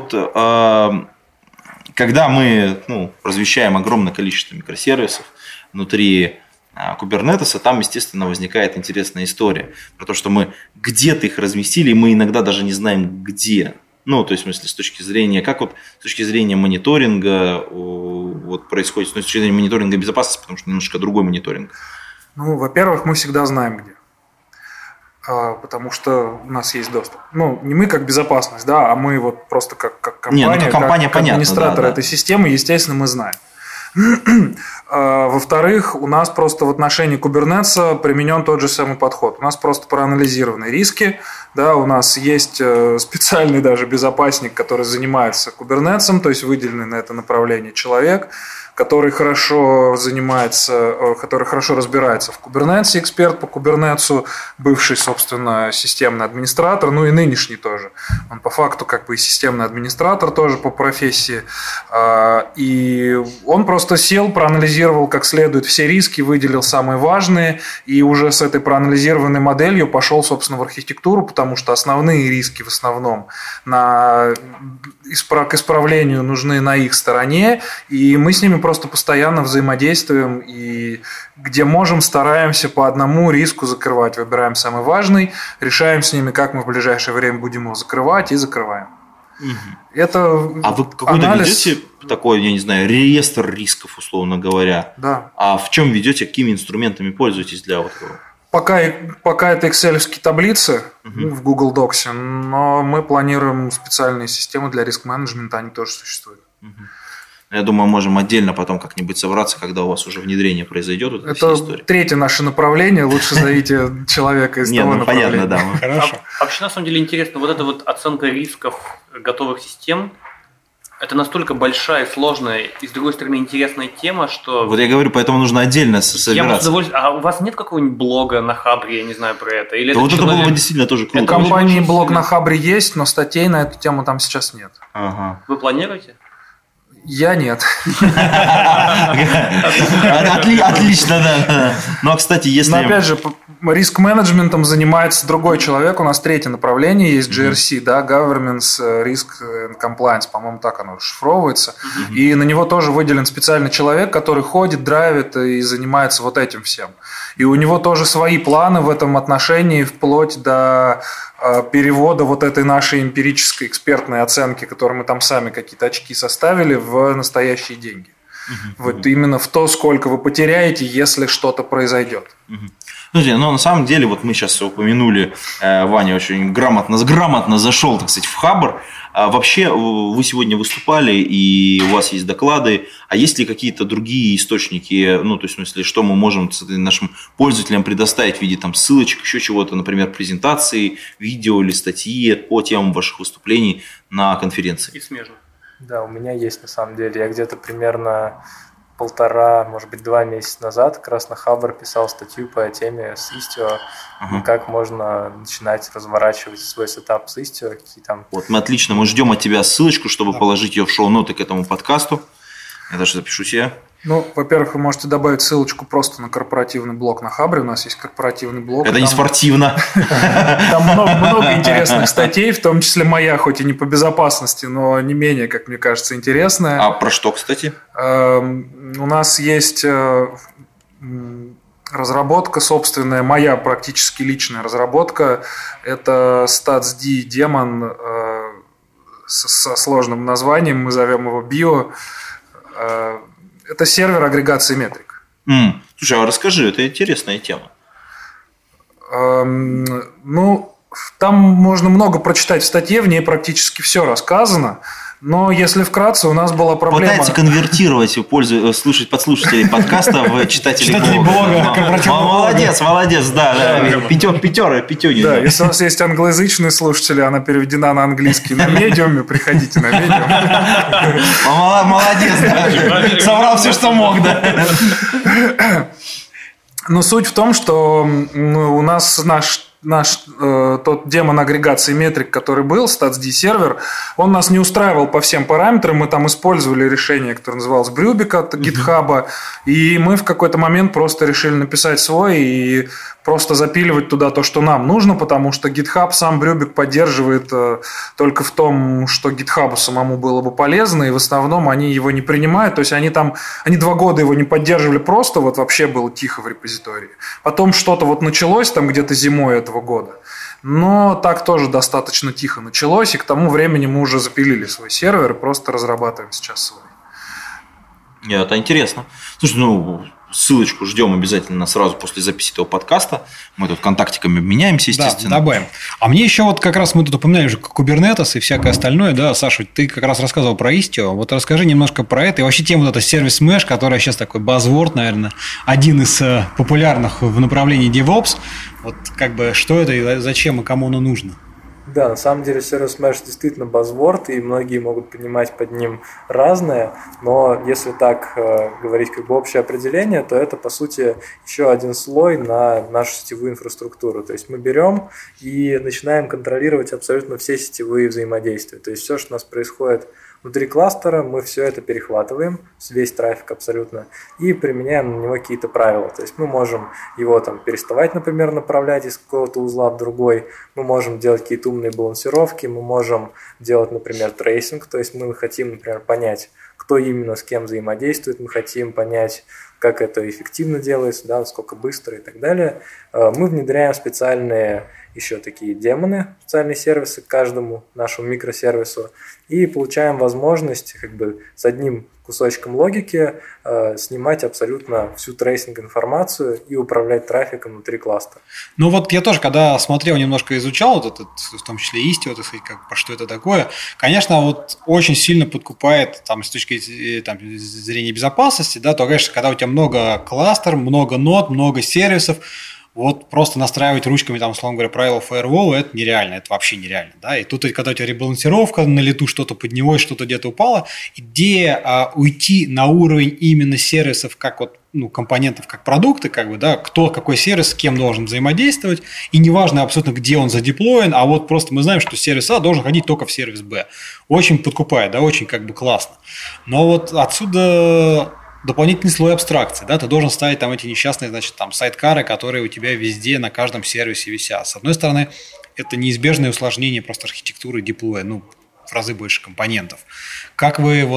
[SPEAKER 2] когда мы размещаем огромное количество микросервисов внутри Kubernetes, там, естественно, возникает интересная история про то, что мы где-то их разместили, и мы иногда даже не знаем, где. То есть, в смысле, с точки зрения, с точки зрения мониторинга происходит, с точки зрения мониторинга безопасности, потому что немножко другой мониторинг.
[SPEAKER 5] Во-первых, мы всегда знаем, где. Потому что у нас есть доступ. Не мы как безопасность, да, а мы вот просто как компания,
[SPEAKER 2] компания,
[SPEAKER 5] как администратор этой системы, естественно, мы знаем. Во-вторых, у нас просто в отношении Kubernetes применен тот же самый подход. У нас просто проанализированы риски, да, у нас есть специальный даже безопасник, который занимается Kubernetes, то есть выделенный на это направление человек, который хорошо разбирается в Kubernetes, эксперт по Kubernetes, бывший, собственно, системный администратор, и нынешний тоже. Он по факту и системный администратор тоже по профессии. И он просто сел, проанализировал как следует все риски, выделил самые важные, и уже с этой проанализированной моделью пошел, собственно, в архитектуру, потому что основные риски в основном к исправлению нужны на их стороне, и мы с ними просто постоянно взаимодействуем, и где можем, стараемся по одному риску закрывать, выбираем самый важный, решаем с ними, как мы в ближайшее время будем его закрывать, и закрываем. Это
[SPEAKER 2] вы какой-то ведете такой, я не знаю, реестр рисков, условно говоря?
[SPEAKER 5] Да.
[SPEAKER 2] А в чем ведете, какими инструментами пользуетесь для вот этого?
[SPEAKER 5] Пока это Excel-овские таблицы в Google Docs, но мы планируем специальные системы для риск-менеджмента, они тоже существуют.
[SPEAKER 2] Я думаю, можем отдельно потом как-нибудь собраться, когда у вас уже внедрение произойдет.
[SPEAKER 5] Это третье наше направление. Лучше зовите человека из того направления.
[SPEAKER 2] Понятно, да.
[SPEAKER 1] Хорошо.
[SPEAKER 3] Вообще, на самом деле, интересно, вот эта вот оценка рисков готовых систем, это настолько большая, сложная и, с другой стороны, интересная тема, что...
[SPEAKER 2] Вот я говорю, поэтому нужно отдельно собираться.
[SPEAKER 3] А у вас нет какого-нибудь блога на Хабре, я не знаю про это? Или
[SPEAKER 2] да, вот это было бы действительно тоже круто.
[SPEAKER 5] У компании блог на Хабре есть, но статей на эту тему там сейчас нет.
[SPEAKER 2] Ага.
[SPEAKER 3] Вы планируете?
[SPEAKER 5] Я нет.
[SPEAKER 2] Отлично, да. Ну, а, кстати, если...
[SPEAKER 5] Но, опять же, риск-менеджментом занимается другой человек. У нас третье направление есть GRC, да, Governance, Risk and Compliance, по-моему, так оно расшифровывается. И на него тоже выделен специальный человек, который ходит, драйвит и занимается вот этим всем. И у него тоже свои планы в этом отношении, вплоть до перевода вот этой нашей эмпирической экспертной оценки, которую мы там сами какие-то очки составили, в настоящие деньги. Вот именно в то, сколько вы потеряете, если что-то произойдет.
[SPEAKER 2] Слушайте, но на самом деле, вот мы сейчас упомянули, Ваня очень грамотно зашел, так сказать, в Хабр. Вообще, вы сегодня выступали, и у вас есть доклады. А есть ли какие-то другие источники, ну, то есть, в смысле, что мы можем нашим пользователям предоставить в виде там ссылочек, еще чего-то, например, презентации, видео или статьи по темам ваших выступлений на конференции?
[SPEAKER 3] И смежно.
[SPEAKER 4] Да, у меня есть, на самом деле. Я где-то примерно 1,5, может быть, 2 месяца назад как раз на Хабр писал статью по теме с Istio, как можно начинать разворачивать свой сетап с Istio, какие там...
[SPEAKER 2] Вот, мы отлично, мы ждем от тебя ссылочку, чтобы положить ее в шоу-ноты к этому подкасту. Я даже запишу себе.
[SPEAKER 5] Ну, во-первых, вы можете добавить ссылочку просто на корпоративный блог на Хабре. У нас есть корпоративный блог.
[SPEAKER 2] Это не спортивно.
[SPEAKER 5] Там много интересных статей, в том числе моя, хоть и не по безопасности, но не менее, как мне кажется, интересная.
[SPEAKER 2] А про что, кстати?
[SPEAKER 5] У нас есть разработка собственная, моя практически личная разработка. Это StatsD демон со сложным названием, мы зовем его Bio. Это сервер агрегации метрик.
[SPEAKER 2] Слушай, а расскажи, это интересная тема.
[SPEAKER 5] Ну, там можно много прочитать в статье, в ней практически все рассказано. Но если вкратце, у нас была проблема...
[SPEAKER 2] Пытается конвертировать подслушателей подкаста в читателей
[SPEAKER 1] блога.
[SPEAKER 2] Молодец, да. Пятюню.
[SPEAKER 5] Да, если у нас есть англоязычные слушатели, она переведена на английский на медиуме, приходите на медиум.
[SPEAKER 2] Молодец, да. Собрал все, что мог, да.
[SPEAKER 5] Но суть в том, что у нас тот демон агрегации метрик, который был, StatsD сервер, он нас не устраивал по всем параметрам. Мы там использовали решение, которое называлось Брюбик от GitHub, и мы в какой-то момент просто решили написать свой и просто запиливать туда то, что нам нужно, потому что GitHub сам Брюбик поддерживает только в том, что GitHub самому было бы полезно, и в основном они его не принимают. То есть они 2 года его не поддерживали просто, вот вообще было тихо в репозитории. Потом что-то вот началось там где-то зимой этого года. Но так тоже достаточно тихо началось, и к тому времени мы уже запилили свой сервер и просто разрабатываем сейчас свой.
[SPEAKER 2] Это интересно. Слушай, ссылочку ждем обязательно сразу после записи этого подкаста. Мы тут контактиками обменяемся, естественно.
[SPEAKER 1] Да, добавим. А мне еще вот как раз мы тут упоминали уже Kubernetes и всякое остальное, да, Саша, ты как раз рассказывал про Istio. Вот расскажи немножко про это и вообще тему вот это сервис Mesh, которая сейчас такой базворд, наверное, один из популярных в направлении DevOps. Вот как бы что это и зачем и кому оно нужно?
[SPEAKER 4] Да, на самом деле сервис Mesh действительно базворд, и многие могут понимать под ним разное, но если так говорить как бы общее определение, то это по сути еще один слой на нашу сетевую инфраструктуру. То есть мы берем и начинаем контролировать абсолютно все сетевые взаимодействия. То есть все, что у нас происходит внутри кластера, мы все это перехватываем, весь трафик абсолютно, и применяем на него какие-то правила. То есть мы можем его там переставать, например, направлять из какого-то узла в другой, мы можем делать какие-то умные балансировки, мы можем делать, например, трейсинг, то есть мы хотим, например, понять, кто именно с кем взаимодействует, мы хотим понять, как это эффективно делается, да, сколько быстро и так далее. Мы внедряем специальные еще такие демоны, специальные сервисы к каждому нашему микросервису и получаем возможность как бы с одним кусочком логики снимать абсолютно всю трейсинг-информацию и управлять трафиком внутри кластера.
[SPEAKER 1] Ну вот я тоже, когда смотрел, немножко изучал, вот этот, в том числе Istio, так сказать, что это такое, конечно, вот очень сильно подкупает там, с точки зрения безопасности, да, то, конечно, когда у тебя много кластеров, много нод, много сервисов, вот просто настраивать ручками, там, условно говоря, правила firewall, это нереально, это вообще нереально. Да? И тут, когда у тебя ребалансировка на лету, что-то поднялось, что-то где-то упало, идея уйти на уровень именно сервисов, как вот, компонентов, как продукты, как бы, да, кто, какой сервис, с кем должен взаимодействовать, и неважно абсолютно, где он задеплоен, а вот просто мы знаем, что сервис А должен ходить только в сервис Б. Очень подкупает, да, очень как бы классно. Но вот отсюда дополнительный слой абстракции, да, ты должен ставить там эти несчастные, значит, там сайдкары, которые у тебя везде на каждом сервисе висят. С одной стороны, это неизбежное усложнение просто архитектуры деплоя, в разы больше компонентов. Как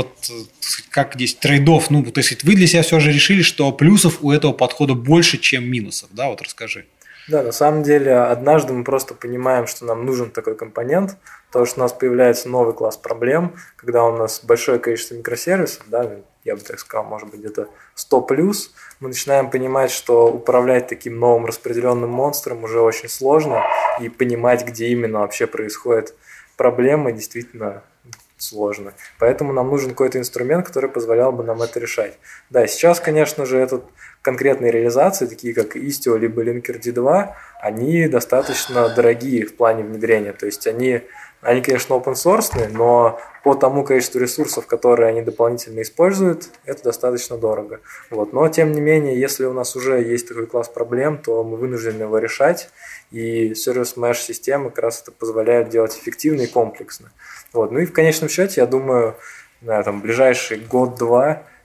[SPEAKER 1] как здесь трейд-офф, то есть вы для себя все же решили, что плюсов у этого подхода больше, чем минусов, да, вот расскажи.
[SPEAKER 4] Да, на самом деле, однажды мы просто понимаем, что нам нужен такой компонент, потому что у нас появляется новый класс проблем, когда у нас большое количество микросервисов, да, я бы так сказал, может быть, где-то 100+, мы начинаем понимать, что управлять таким новым распределенным монстром уже очень сложно, и понимать, где именно вообще происходит проблема, действительно сложно. Поэтому нам нужен какой-то инструмент, который позволял бы нам это решать. Да, сейчас, конечно же, этот конкретные реализации, такие как Istio либо Linkerd они достаточно дорогие в плане внедрения. То есть они, конечно, open source, но по тому количеству ресурсов, которые они дополнительно используют, это достаточно дорого. Но, тем не менее, если у нас уже есть такой класс проблем, то мы вынуждены его решать, и сервис Mesh-системы как раз это позволяет делать эффективно и комплексно. Ну и в конечном счете, я думаю, ближайший год-два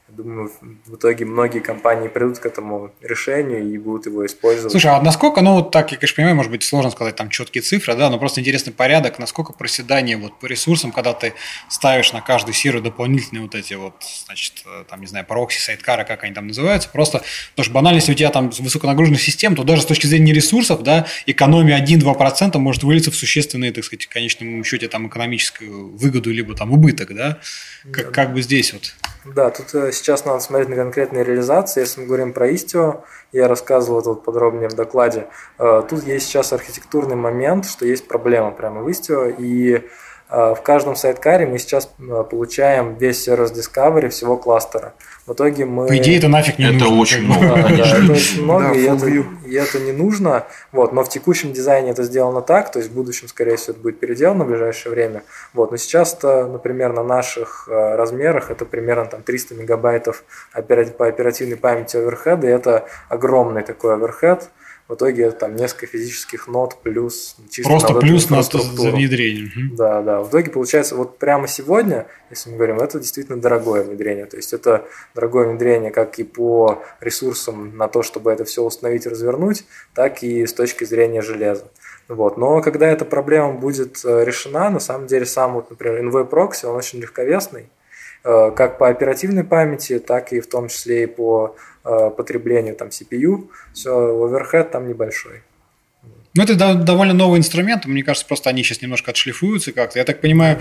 [SPEAKER 4] Думаю, в итоге многие компании придут к этому решению и будут его использовать.
[SPEAKER 1] Слушай, а насколько, ну вот так, я, конечно, понимаю, может быть, сложно сказать там четкие цифры, да, но просто интересный порядок, насколько проседание вот по ресурсам, когда ты ставишь на каждый сервер дополнительные вот эти вот, значит, там, не знаю, прокси, сайдкары, как они там называются, просто, потому что банально, если у тебя там высоконагруженная система, то даже с точки зрения ресурсов, да, экономия 1-2% может вылиться в существенные, так сказать, в конечном счете там экономическую выгоду, либо там убыток, да, как бы здесь вот.
[SPEAKER 4] Да, тут сейчас надо смотреть на конкретные реализации. Если мы говорим про Istio, я рассказывал это вот подробнее в докладе. Тут есть сейчас архитектурный момент, что есть проблема прямо в Istio, и в каждом сайдкаре мы сейчас получаем весь сервис Discovery всего кластера. В итоге мы...
[SPEAKER 1] По идее, это нафиг не нужно.
[SPEAKER 2] Это очень много.
[SPEAKER 4] Да, это очень много,
[SPEAKER 5] Да,
[SPEAKER 4] и это не нужно. Вот, но в текущем дизайне это сделано так, то есть в будущем, скорее всего, это будет переделано в ближайшее время. Вот, но сейчас-то, например, на наших размерах это примерно там 300 мегабайтов по оперативной памяти оверхеда, и это огромный такой оверхед. В итоге там несколько физических нод плюс чисто
[SPEAKER 1] просто
[SPEAKER 4] на
[SPEAKER 1] плюс на
[SPEAKER 4] инфраструктуру.
[SPEAKER 1] внедрение.
[SPEAKER 4] Да, да. В итоге получается, вот прямо сегодня, если мы говорим, это действительно дорогое внедрение. То есть это дорогое внедрение как и по ресурсам на то, чтобы это все установить и развернуть, так и с точки зрения железа. Вот. Но когда эта проблема будет решена, на самом деле сам, вот, например, NV Proxy, он очень легковесный, как по оперативной памяти, так и в том числе и по потреблению там, CPU. Все, оверхед там небольшой.
[SPEAKER 1] Ну, это довольно новый инструмент, мне кажется, просто они сейчас немножко отшлифуются как-то. Я так понимаю,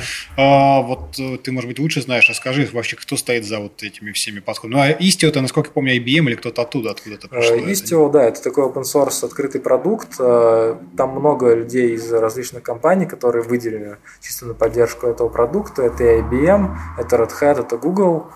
[SPEAKER 1] вот ты, может быть, лучше знаешь, расскажи вообще, кто стоит за вот этими всеми подходами. Ну, а Istio, это, насколько я помню, IBM или кто-то оттуда, откуда-то пришло?
[SPEAKER 4] Istio, да, это такой open source открытый продукт. Там много людей из различных компаний, которые выделены чисто на поддержку этого продукта. Это и IBM, это Red Hat, это Google.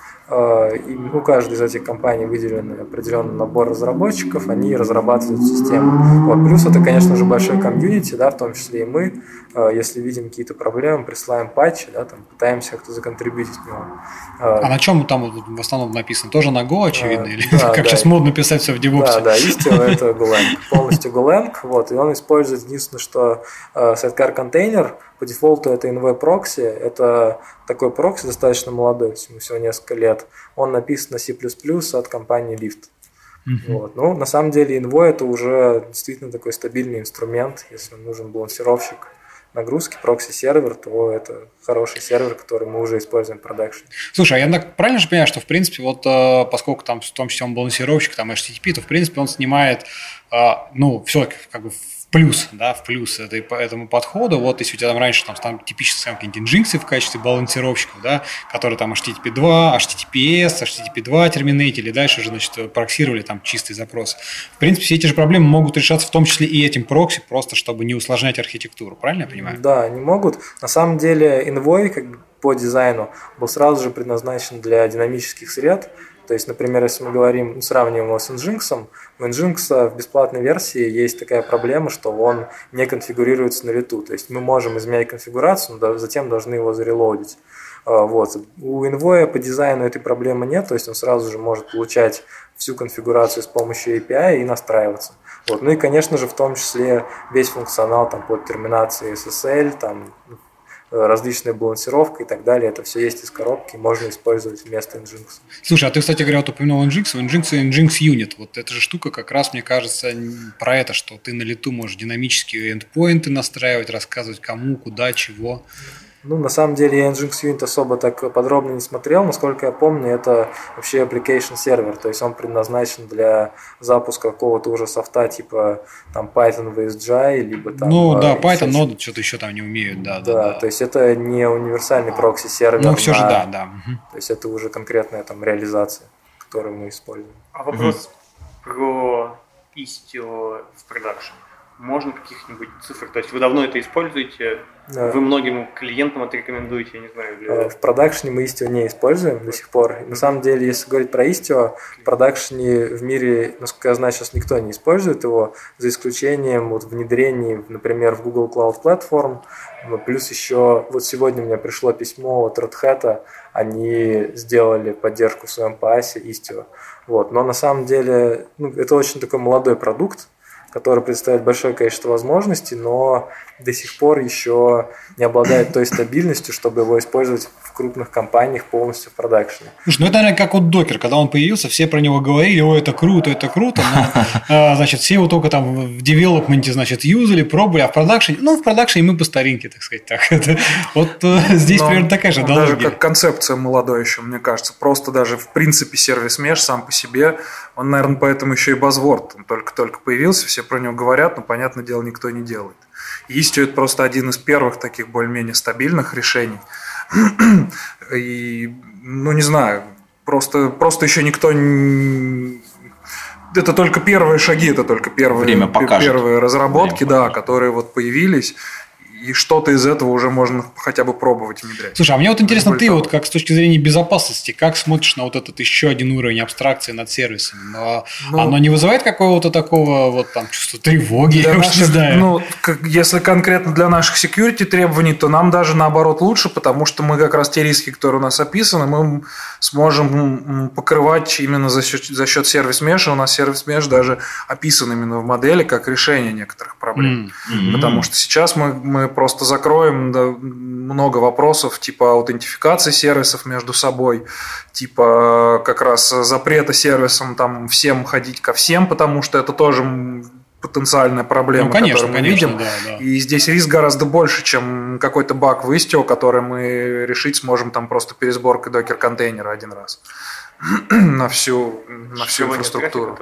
[SPEAKER 4] И у каждой из этих компаний выделен определенный набор разработчиков, они разрабатывают систему. Вот. Плюс это, конечно же, большой комьюнити, да, в том числе и мы, если видим какие-то проблемы, присылаем патчи, да, там, пытаемся как-то законтрибьютить в него.
[SPEAKER 1] А на чем там в основном написано? Тоже на Go, очевидно? Или
[SPEAKER 4] да,
[SPEAKER 1] как
[SPEAKER 4] да.
[SPEAKER 1] сейчас модно писать все в DevOps?
[SPEAKER 4] Да, Istio это Golang, полностью Golang, вот, и он использует единственное, что sidecar контейнер, по дефолту это NV Proxy, это такой прокси достаточно молодой, ему всего несколько лет. Он написан на C++ от компании Lyft. Вот. Ну, на самом деле NV это уже действительно такой стабильный инструмент, если нужен балансировщик нагрузки, прокси-сервер, то это хороший сервер, который мы уже используем в продакшене.
[SPEAKER 1] Слушай, а я так правильно же понимаю, что в принципе, вот поскольку там в том числе он балансировщик, там HTTP, то в принципе он снимает, ну, все как бы в плюс, да, в плюс этому подходу. Вот если у тебя там раньше там типичные какие-нибудь Nginx в качестве балансировщиков, да, которые там HTTP 2, HTTPS, HTTP 2 терминейтили, дальше уже, значит, проксировали там чистый запрос. В принципе, все эти же проблемы могут решаться в том числе и этим прокси, просто чтобы не усложнять архитектуру, правильно я понимаю?
[SPEAKER 4] Да, они могут. На самом деле Envoy, как бы по дизайну, был сразу же предназначен для динамических сред. То есть, например, если мы говорим, сравниваем его с Nginx, у Nginx в бесплатной версии есть такая проблема, что он не конфигурируется на лету. То есть мы можем изменять конфигурацию, но затем должны его зарелоудить. Вот. У Envoy по дизайну этой проблемы нет, то есть он сразу же может получать всю конфигурацию с помощью API и настраиваться. Вот. Ну и, конечно же, в том числе весь функционал там, под терминацией SSL, там, различная балансировка и так далее. Это все есть из коробки, можно использовать вместо Nginx.
[SPEAKER 1] Слушай, а ты, кстати говоря, вот упомянул Nginx, в Nginx Unit. Вот эта же штука как раз, мне кажется, про это, что ты на лету можешь динамические эндпоинты настраивать, рассказывать кому, куда, чего.
[SPEAKER 4] Ну, на самом деле, я Nginx Unit особо так подробно не смотрел. Насколько я помню, это вообще application сервер, то есть он предназначен для запуска какого-то уже софта, типа там Python VSGI, либо там...
[SPEAKER 1] Ну, да, Python, но что-то еще там не умеют, да.
[SPEAKER 4] То есть это не универсальный прокси-сервер.
[SPEAKER 1] Ну, все же, да.
[SPEAKER 4] То есть это уже конкретная там реализация, которую мы используем.
[SPEAKER 3] А вопрос про Istio в продакшн. Можно каких-нибудь цифр? То есть вы давно это используете? Да. Вы многим клиентам это рекомендуете, я не знаю. Или...
[SPEAKER 4] В продакшене мы Istio не используем до сих пор. На самом деле, если говорить про Istio, в продакшене в мире, насколько я знаю, сейчас никто не использует его, за исключением вот внедрений, например, в Google Cloud Platform. Плюс еще, вот сегодня мне пришло письмо от Red Hat, они сделали поддержку в своем PaaS Istio. Вот. Но на самом деле, это очень такой молодой продукт. который представляет большое количество возможностей, но до сих пор еще не обладает той стабильностью, чтобы его использовать в крупных компаниях полностью в продакшене.
[SPEAKER 1] Слушай, это, наверное, как вот докер, когда он появился, все про него говорили, это круто, но, значит, все его только там в девелопменте, значит, юзали, пробовали, а в продакшене мы по старинке, так сказать, так. Вот здесь примерно такая же аналогия.
[SPEAKER 5] Даже как концепция молодой еще, мне кажется, просто даже в принципе сервис меш сам по себе, он, наверное, поэтому еще и базворд, он только появился, все про него говорят, но, понятное дело, никто не делает. Istio – это просто один из первых таких более-менее стабильных решений. И, не знаю, просто еще никто не... Это только первые шаги, это только первые разработки, которые вот появились. И что-то из этого уже можно хотя бы пробовать внедрять.
[SPEAKER 1] Слушай, а мне вот интересно, ты вот как с точки зрения безопасности, как смотришь на вот этот еще один уровень абстракции над сервисом? Оно не вызывает какого-то такого вот там чувства тревоги? Я уж не знаю.
[SPEAKER 5] Если конкретно для наших security требований, то нам даже наоборот лучше, потому что мы как раз те риски, которые у нас описаны, мы сможем покрывать именно за счет сервис-меша. У нас сервис-меш даже описан именно в модели как решение некоторых проблем. Потому что сейчас мы просто закроем много вопросов типа аутентификации сервисов между собой, типа как раз запрета сервисам там всем ходить ко всем, потому что это тоже потенциальная проблема, которую мы видим. Да. И здесь риск гораздо больше, чем какой-то баг в Istio, который мы решить сможем там просто пересборкой докер-контейнера один раз на всю инфраструктуру.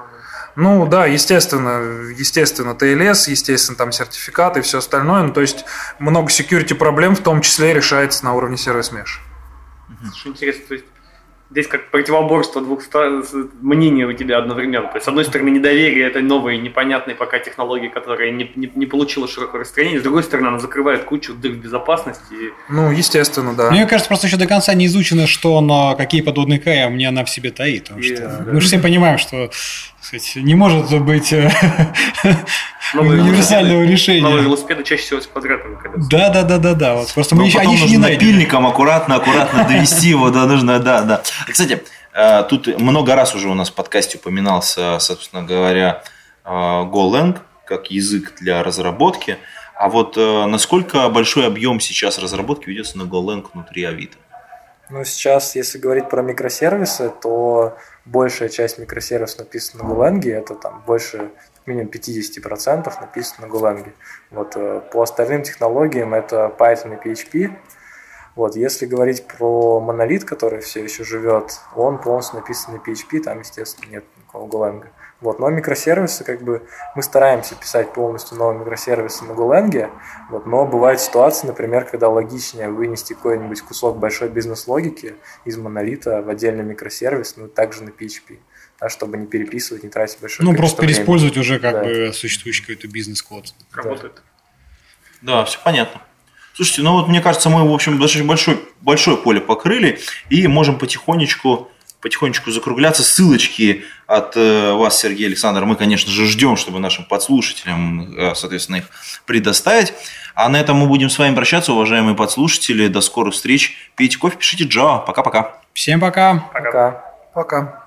[SPEAKER 5] Естественно, TLS, естественно, там сертификаты и все остальное. То есть много security проблем в том числе решается на уровне сервис меш.
[SPEAKER 3] Что интересно, то есть здесь как противоборство двух мнений у тебя одновременно. То есть, с одной стороны, недоверие этой новой, непонятной пока технологии, которая не получила широкого распространения. С другой стороны, она закрывает кучу дыр безопасности.
[SPEAKER 5] Естественно, да.
[SPEAKER 1] Мне кажется, просто еще до конца не изучено, какие подводные камни она в себе таит. Потому что мы же все понимаем, что не может быть универсального решения.
[SPEAKER 3] Новые велосипеды чаще всего с квадратами.
[SPEAKER 1] Да. Вот просто мы
[SPEAKER 2] потом
[SPEAKER 1] еще не
[SPEAKER 2] напильником аккуратно довести его до нужного. Да. Кстати, тут много раз уже у нас в подкасте упоминался, собственно говоря, Golang как язык для разработки. А вот насколько большой объем сейчас разработки ведется на Golang внутри Авито?
[SPEAKER 4] Сейчас, если говорить про микросервисы, то большая часть микросервисов написана на Golang, это там больше, минимум 50% написано на Golang. Вот, по остальным технологиям это Python и PHP. Вот, если говорить про монолит, который все еще живет, он полностью написан на PHP, там, естественно, нет никакого Golang. Вот, но микросервисы, мы стараемся писать полностью новые микросервисы на Golang, вот, но бывают ситуации, например, когда логичнее вынести какой-нибудь кусок большой бизнес-логики из монолита в отдельный микросервис, также на PHP, чтобы не переписывать, не тратить большое количество
[SPEAKER 1] просто переиспользовать уже бы существующий какой-то бизнес-код.
[SPEAKER 3] Работает.
[SPEAKER 2] Да, все понятно. Слушайте, мне кажется, мы, в общем, большое поле покрыли и можем потихонечку закругляться. Ссылочки от вас, Сергей, Александр, мы, конечно же, ждем, чтобы нашим подслушателям, соответственно, их предоставить. А на этом мы будем с вами прощаться, уважаемые подслушатели. До скорых встреч. Пейте кофе, пишите Java. Пока-пока.
[SPEAKER 1] Всем пока.
[SPEAKER 5] Пока.